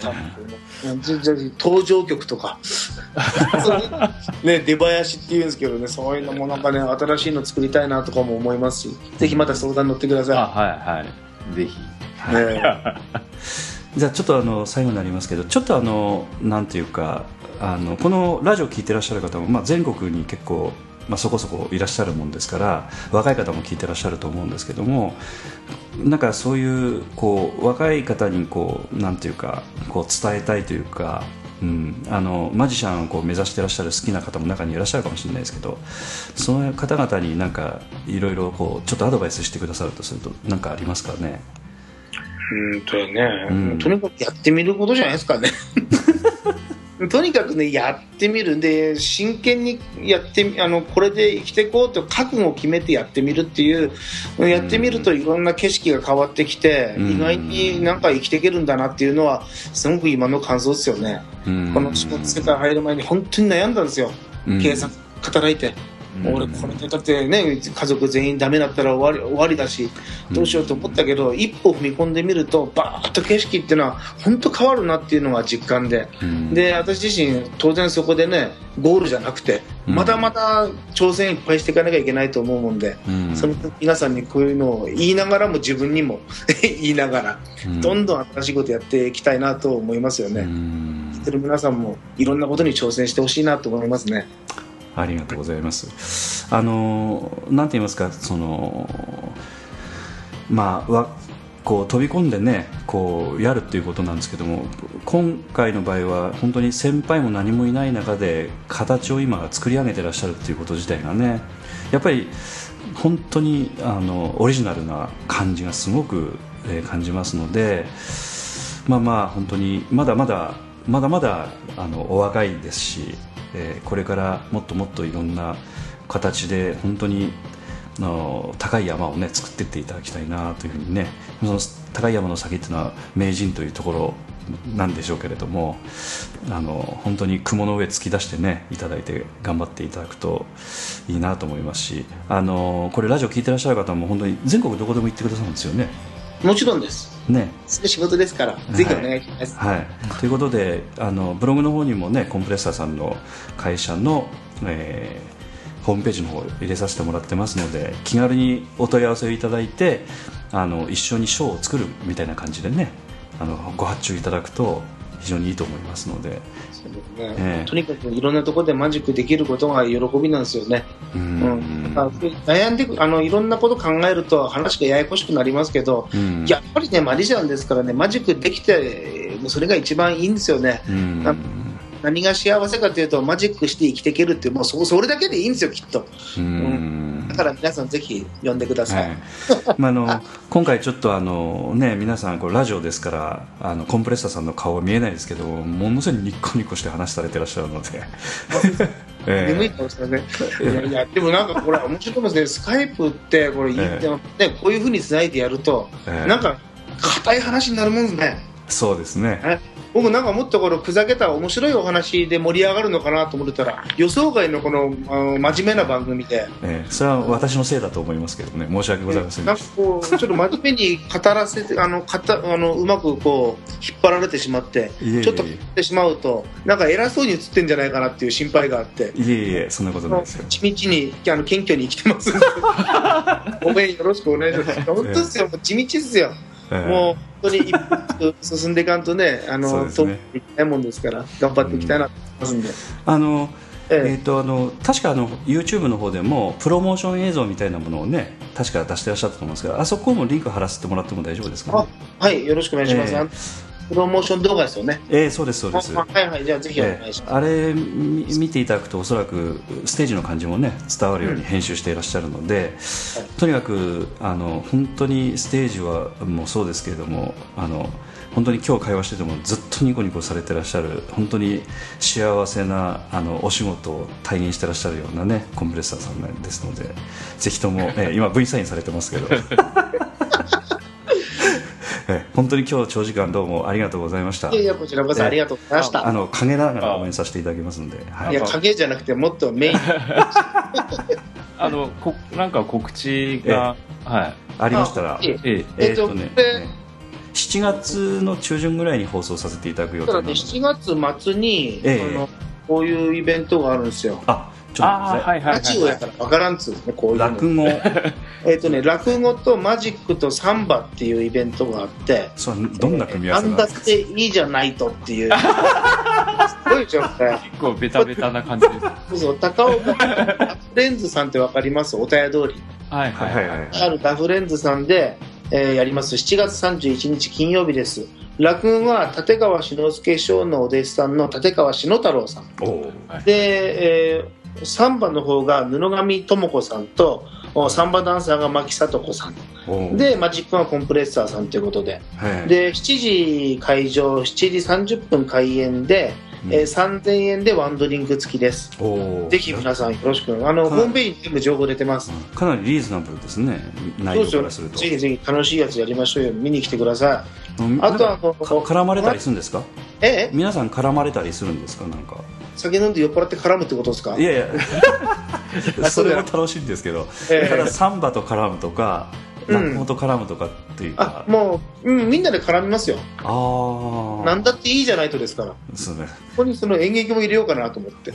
登場曲とかね、出囃子っていうんですけどね、そういうのもなんかね新しいの作りたいなとかも思いますし、ぜひまた相談乗ってください。 あ、はいはい、ぜひ。 じゃあちょっとあの最後になりますけど、ちょっとあのなんていうかあのこのラジオ聞いてらっしゃる方も、まあ、全国に結構、まあ、そこそこいらっしゃるもんですから若い方も聞いてらっしゃると思うんですけども、なんかそういうこう若い方にこうなんていうかこう伝えたいというかうん、あのマジシャンをこう目指してらっしゃる好きな方も中にいらっしゃるかもしれないですけど、その方々になんかいろいろこうちょっとアドバイスしてくださるとすると何かありますかね。 うんとね、うん、とにかくやってみることじゃないですかねとにかくねやってみるんで、真剣にやってあのこれで生きていこうと覚悟を決めてやってみるっていう、やってみるといろんな景色が変わってきて、意外になんか生きていけるんだなっていうのはすごく今の感想ですよね。この仕事世界入る前に本当に悩んだんですよ。警察働いて、俺これでだってね家族全員ダメだったら終わり、終わりだしどうしようと思ったけど、一歩踏み込んでみるとバーッと景色っていうのは本当変わるなっていうのが実感で、で私自身当然そこでねゴールじゃなくてまだまだ挑戦いっぱいしていかなきゃいけないと思うもんで、その皆さんにこういうのを言いながらも自分にも言いながらどんどん新しいことやっていきたいなと思いますよね。聞いてる皆さんもいろんなことに挑戦してほしいなと思いますね。 ありがとうございます。あのなんて言いますか、そのまあわこう飛び込んでねこうやるっていうことなんですけども、今回の場合は本当に先輩も何もいない中で形を今作り上げてらっしゃるっていうこと自体がね、やっぱり本当にあのオリジナルな感じがすごく、えー、感じますので、まあまあ本当にまだまだまだまだあのお若いですし、えー、これからもっともっといろんな形で本当にあの高い山をね作っていっていただきたいなというふうにね、その高い山の先っていうのは名人というところなんでしょうけれども、あの本当に雲の上突き出してねいただいて頑張っていただくといいなと思いますし、あのこれラジオ聞いてらっしゃる方も本当に全国どこでも行ってくださるんですよね。 もちろんですね、 仕事ですから、ぜひお願いします、 はいはい、ということであのブログの方にもねコンプレッサーさんの会社の、えー、ホームページの方を入れさせてもらってますので、気軽にお問い合わせをいただいてあの一緒にショーを作るみたいな感じでねあのご発注いただくと非常にいいと思いますので、 そうですね、えー、とにかくいろんなところでマジックできることが喜びなんですよね。うん、うん、悩んであのいろんなこと考えると話がややこしくなりますけど、うん、やっぱりねマジシャンですからね、マジックできてそれが一番いいんですよね。うん、何が幸せかというとマジックして生きていけるっていう、もう そ, それだけでいいんですよきっと。うん、うん、だから皆さんぜひ呼んでください、はいまあ、あの今回ちょっとあの、ね、皆さんこれラジオですからあのコンプレッサーさんの顔は見えないですけどものすごいニッコニコして話されてらっしゃるのでえー、眠い顔してねいやいやでもなんかこれ面白いですね。スカイプってこれ、えーね、こういう風につないでやると、えー、なんか硬い話になるもんですね。 そうですね。 僕なんかもっとこのふざけた面白いお話で盛り上がるのかなと思ってたら予想外のこのあの真面目な番組で、 えー、それは私のせいだと思いますけどね、申し訳ございませんでした。 なんかこうちょっと真面目に語らせてあのかたあのうまくこう引っ張られてしまっていえいえちょっと言ってしまうとなんか偉そうに映ってんじゃないかなっていう心配があって、 いえいえそんなことないですよ。 地道にあの謙虚に生きてますんでごめんよろしくお願いします本当ですよ、もう地道ですよ、えー、もう本当に一歩進んでいかんとね、あのそうですね、いきたいもんですから頑張っていきたいなと思いますんで、うん、 あのえー、えーとあの確かあの YouTube の方でもプロモーション映像みたいなものをね確か出してらっしゃったと思うんですけど、あそこもリンク貼らせてもらっても大丈夫ですかね。 あ、はい、よろしくお願いします、えープロモーション動画ですよね。 えー、そうですそうです。 はいはい、じゃあぜひお願いします。えー、 あれ見ていただくとおそらくステージの感じもね伝わるように編集していらっしゃるので、うん、とにかくあの本当にステージはもうそうですけれども、あの本当に今日会話しててもずっとニコニコされてらっしゃる本当に幸せなあのお仕事を体現してらっしゃるようなねコンプレッサーさんですので、ぜひとも、えー、今 V サインされてますけど本当に今日長時間どうもありがとうございました。 いやいやこちらこそありがとうございました。 あの陰ながら応援させていただきますので、 はい、いや影じゃなくてもっとメインあのこなんか告知が、 はい、ありましたら、えええー、っとね、えー、しちがつの中旬ぐらいに放送させていただく予定なので、 しちがつ末に、えー、あのこういうイベントがあるんですよ。 あちょっと待って、はいはいはいはい、ラジオやから分からんっつうね、こういう落語えっとね落語とマジックとサンバっていうイベントがあって、 それどんな組み合わせなんですか。 なんだっていいじゃないとっていうすごいじゃんね。 結構ベタベタな感じです。 そうそう、高岡ダフレンズさんって分かります？おたや通り、 はいはいはいはい、 あるダフレンズさんで、えー、やります。しちがつさんじゅういちにち金曜日です。 落語は立川志の輔師匠のお弟子さんの立川志の太郎さんで、えー、サンバの方が布上智子さんとサンバダンサーが牧聡子さんで、マジックはコンプレッサーさんということで、でしちじ会場、しちじさんじゅっぷん開演で、うんえー、さんぜんえんでワンドリンク付きです。ぜひ皆さんよろしく。あのホームページに全部情報出てます。 かなりリーズナブルですね。内容からすると。 ぜひぜひ楽しいやつやりましょうよ。見に来てください。うん、あとは絡まれたりするんですか？ ええ？ 皆さん絡まれたりするんですか？なんか酒飲んで酔っ払って絡むってことですか？ いやいやそれも楽しいんですけど、えー、ただサンバと絡むとか落語と絡むとかっていうか、 うん、あもう、うん、みんなで絡みますよ。 あなんだっていいじゃないとですから。 そうね、 ここにその演劇も入れようかなと思って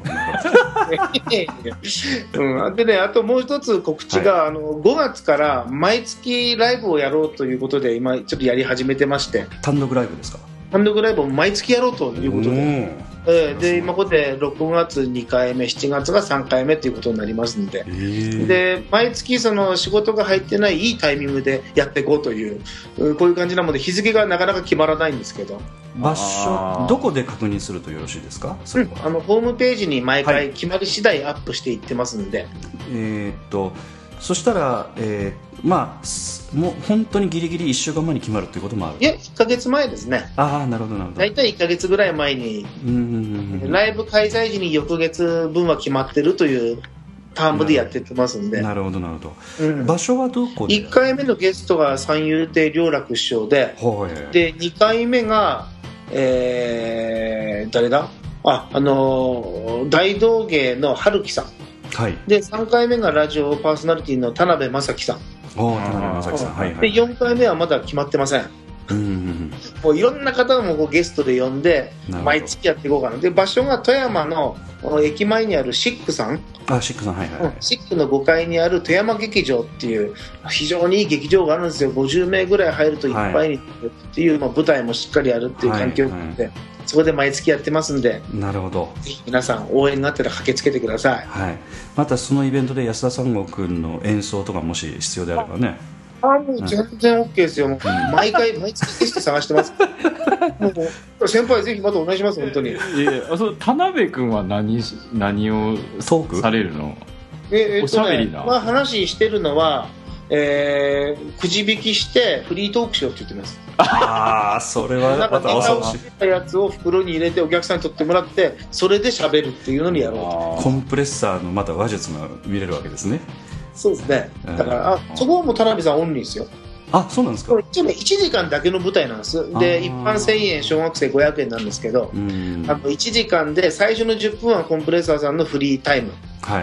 うん、でね、あともう一つ告知が、はい、あのごがつから毎月ライブをやろうということで今ちょっとやり始めてまして。 単独ライブですか？ 単独ライブを毎月やろうということで、えー、で今ここでろくがつにかいめ、しちがつがさんかいめということになりますので、で毎月その仕事が入ってないいいタイミングでやっていこうというこういう感じなので、日付がなかなか決まらないんですけど、 場所どこで確認するとよろしいですか？それは、 うん、あのホームページに毎回決まり次第アップしていってますので、はい、 えー、っとそしたら、えー、まあもう本当にギリギリいっしゅうかんまえに決まるということもある？ いやいっかげつまえですね。 ああ、なるほどなるほど。 大体いっかげつぐらい前に、うんうんうん、ライブ開催時に翌月分は決まってるというタームでやってってますんで。 なるほどなるほど、うん、場所はどこで？ いっかいめのゲストが三遊亭良楽師匠で、でにかいめが、えー、誰だあ、あのー、大道芸の春樹さん、はい、でさんかいめがラジオパーソナリティの田辺正樹さん、 お田辺正樹さん、はいはい、 でよんかいめはまだ決まってません。うんうんうん、もういろんな方もこうゲストで呼んで毎月やっていこうかな。で場所が富山の駅前にあるシックさん、 あシックさん、はいはいはい、 シックのごかいにある富山劇場っていう非常にいい劇場があるんですよ。ごじゅうめいぐらい入るといっぱいになるっていう、はい、まあ、舞台もしっかりあるっていう環境で、はいはい、そこで毎月やってますんで、 なるほど、 ぜひ皆さん応援があったら駆けつけてください。 はい、またそのイベントで安田三郷君の演奏とかもし必要であればね。 あもう全然 OK ですよ。もう毎回毎月ゲスト探してますもう先輩ぜひまたお願いします。本当に。いやそ田辺君は何何をされるの？ えー、っとね、おしゃべりな、まあ、話してるのは、えー、くじ引きしてフリートークしようって言ってます。 ああそれはまた恐ろしい。 たやつを袋に入れてお客さんに取ってもらってそれで喋るっていうのにやろうと。 コンプレッサーのまた話術が見れるわけですね。 そうですね。だから、あそこはもう田辺さんオンリーですよ。 あ、そうなんですか。 一応ねいちじかんだけの舞台なんです。で一般せんえん、小学生ごひゃくえんなんですけど、あのいちじかんで最初のじゅっぷんはコンプレッサーさんのフリータイム、はい、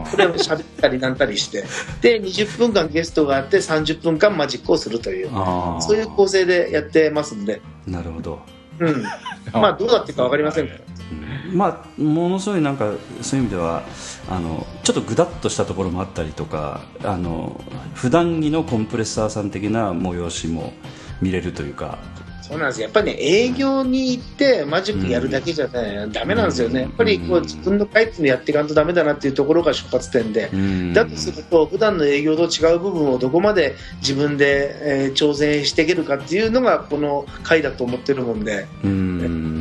これを喋ったりなんたりしてでにじゅっぷんかんゲストがあってさんじゅっぷんかんマジックをするという、そういう構成でやってますんで。 なるほど。 うん、まあどうなっていくか分かりませんから、 うん、まあものすごいなんかそういう意味ではあのちょっとグダッとしたところもあったりとか、あの普段着のコンプレッサーさん的な催しも見れるというか。 そうなんですよ。やっぱりね営業に行ってマジックやるだけじゃね、うん、ダメなんですよね。やっぱりこう自分の回っていうのやっていかんとダメだなっていうところが出発点で、うん、だとすると普段の営業と違う部分をどこまで自分で、えー、挑戦していけるかっていうのがこの回だと思ってるもんで、うん、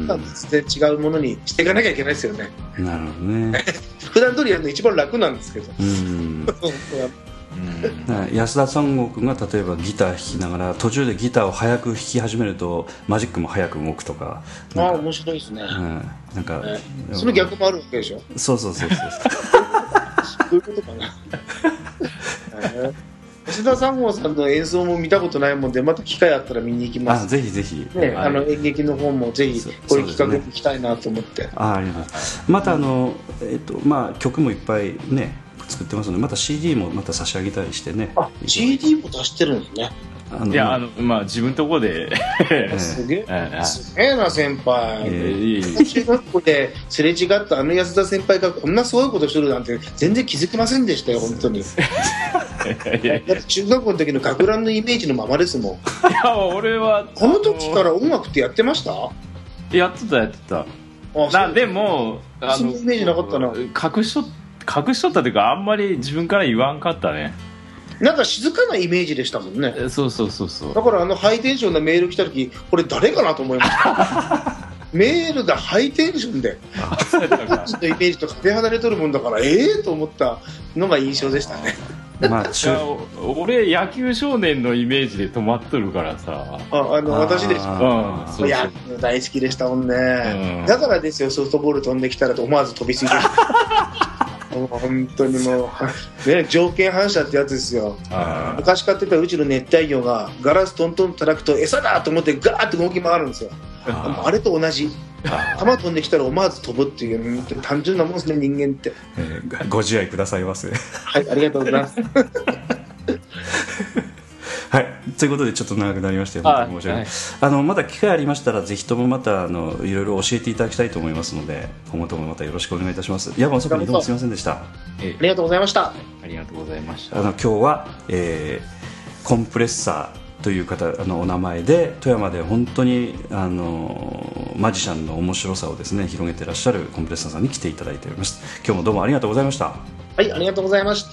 全然違うものにしていかなきゃいけないですよね。 なるほどね普段通りやるの一番楽なんですけど、 うんうん、安田三郷君が例えばギター弾きながら途中でギターを早く弾き始めるとマジックも早く動くとか。 ああ面白いですね、うん、 なんか、 えー、その逆もあるわけでしょ。 そうそうそうそうどういうことかなえー安田三郷さんの演奏も見たことないもんでまた機会あったら見に行きます。 あぜひぜひ、 ね、あの演劇の方もぜひこういう企画に行きたいなと思って。 あありがとうございます。またあの、えーとまあ、曲もいっぱいね作ってますのでまた シーディー もまた差し上げたりしてね。 あ シーディー も出してるんですね。 あのいやあのまあ自分とこですげえすげえな先輩、えー、中学校ですれ違ったあの安田先輩がこんなすごいことしてるなんて全然気づきませんでしたよ本当にいやだって中学校の時の学ランのイメージのままですもん。いや俺はこの時から音楽ってやってました？ やってたやってた。あなでもあのそのイメージなかったな。 隠しと隠しとったというかあんまり自分から言わんかったね。 なんか静かなイメージでしたもんね。 そうそうそうそう。 だからあのハイテンションなメール来た時、これ誰かなと思いましたメールがハイテンションでちょっとイメージとかけ離れとるもんだからええー、と思ったのが印象でしたねまあ、 俺野球少年のイメージで止まっとるからさ。 ああの私です、 うん、そうそう、 野球大好きでしたもんね、うん、だからですよ、ソフトボール飛んできたらと思わず飛びついてるもう本当にもう、ね、条件反射ってやつですよ。昔飼ってたうちの熱帯魚がガラストントン叩くと餌だと思ってガーッと動き回るんですよ。 あ, あれと同じ、球飛んできたら思わず飛ぶっていう単純なもんですね、人間って、 えー、ご自愛くださいませはい、ありがとうございますはい、ということでちょっと長くなりまして本当に申し訳ない、はい、あのまた機会ありましたらぜひともまたあのいろいろ教えていただきたいと思いますので、今後ともまたよろしくお願いいたします。夜分遅くにどうもすみませんでした。 ありがとうございました。 ありがとうございました。 あの今日は、えー、コンプレッサーという方あのお名前で富山で本当にあのマジシャンの面白さをですね広げていらっしゃるコンプレッサーさんに来ていただいております。今日もどうもありがとうございました。 はい、ありがとうございました。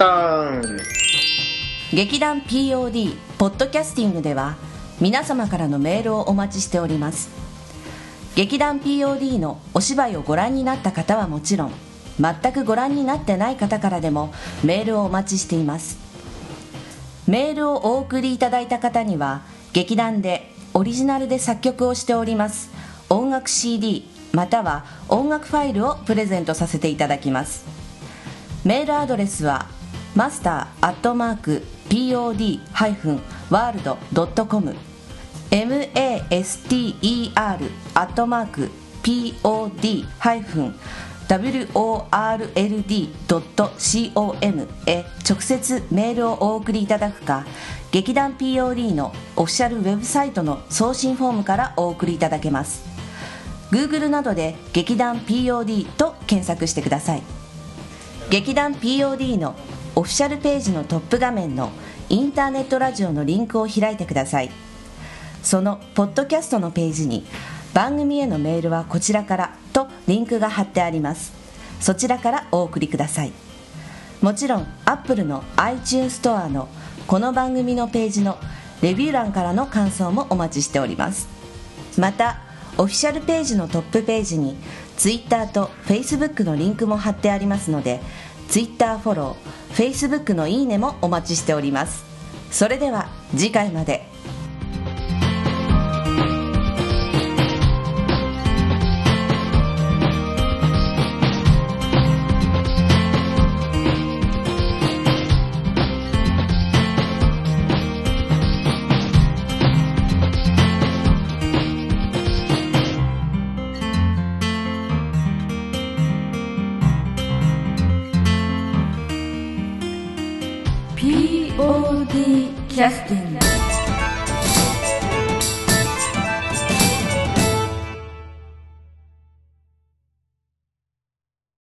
劇団 ピーオーディー ポッドキャスティングでは皆様からのメールをお待ちしております。劇団 ピーオーディー のお芝居をご覧になった方はもちろん、全くご覧になってない方からでもメールをお待ちしています。メールをお送りいただいた方には劇団でオリジナルで作曲をしております音楽 シーディー または音楽ファイルをプレゼントさせていただきます。メールアドレスはマスターアットマーク ピーオーディー ハイフン ワールド ドット コム マスター アットマーク ピーオーディー ハイフン ワールド ドット コム へ直接メールをお送りいただくか、劇団 ピーオーディー のオフィシャルウェブサイトの送信フォームからお送りいただけます。 Google などで劇団 ピーオーディー と検索してください。劇団 ピーオーディー のオフィシャルページのトップ画面のインターネットラジオのリンクを開いてください。そのポッドキャストのページに番組へのメールはこちらからとリンクが貼ってあります。そちらからお送りください。もちろん Apple の iTunes ストアのこの番組のページのレビュー欄からの感想もお待ちしております。またオフィシャルページのトップページに Twitter と Facebook のリンクも貼ってありますので、 Twitter フォロー、Facebook のいいねもお待ちしております。それでは次回まで。 ピーオーディー キャスティング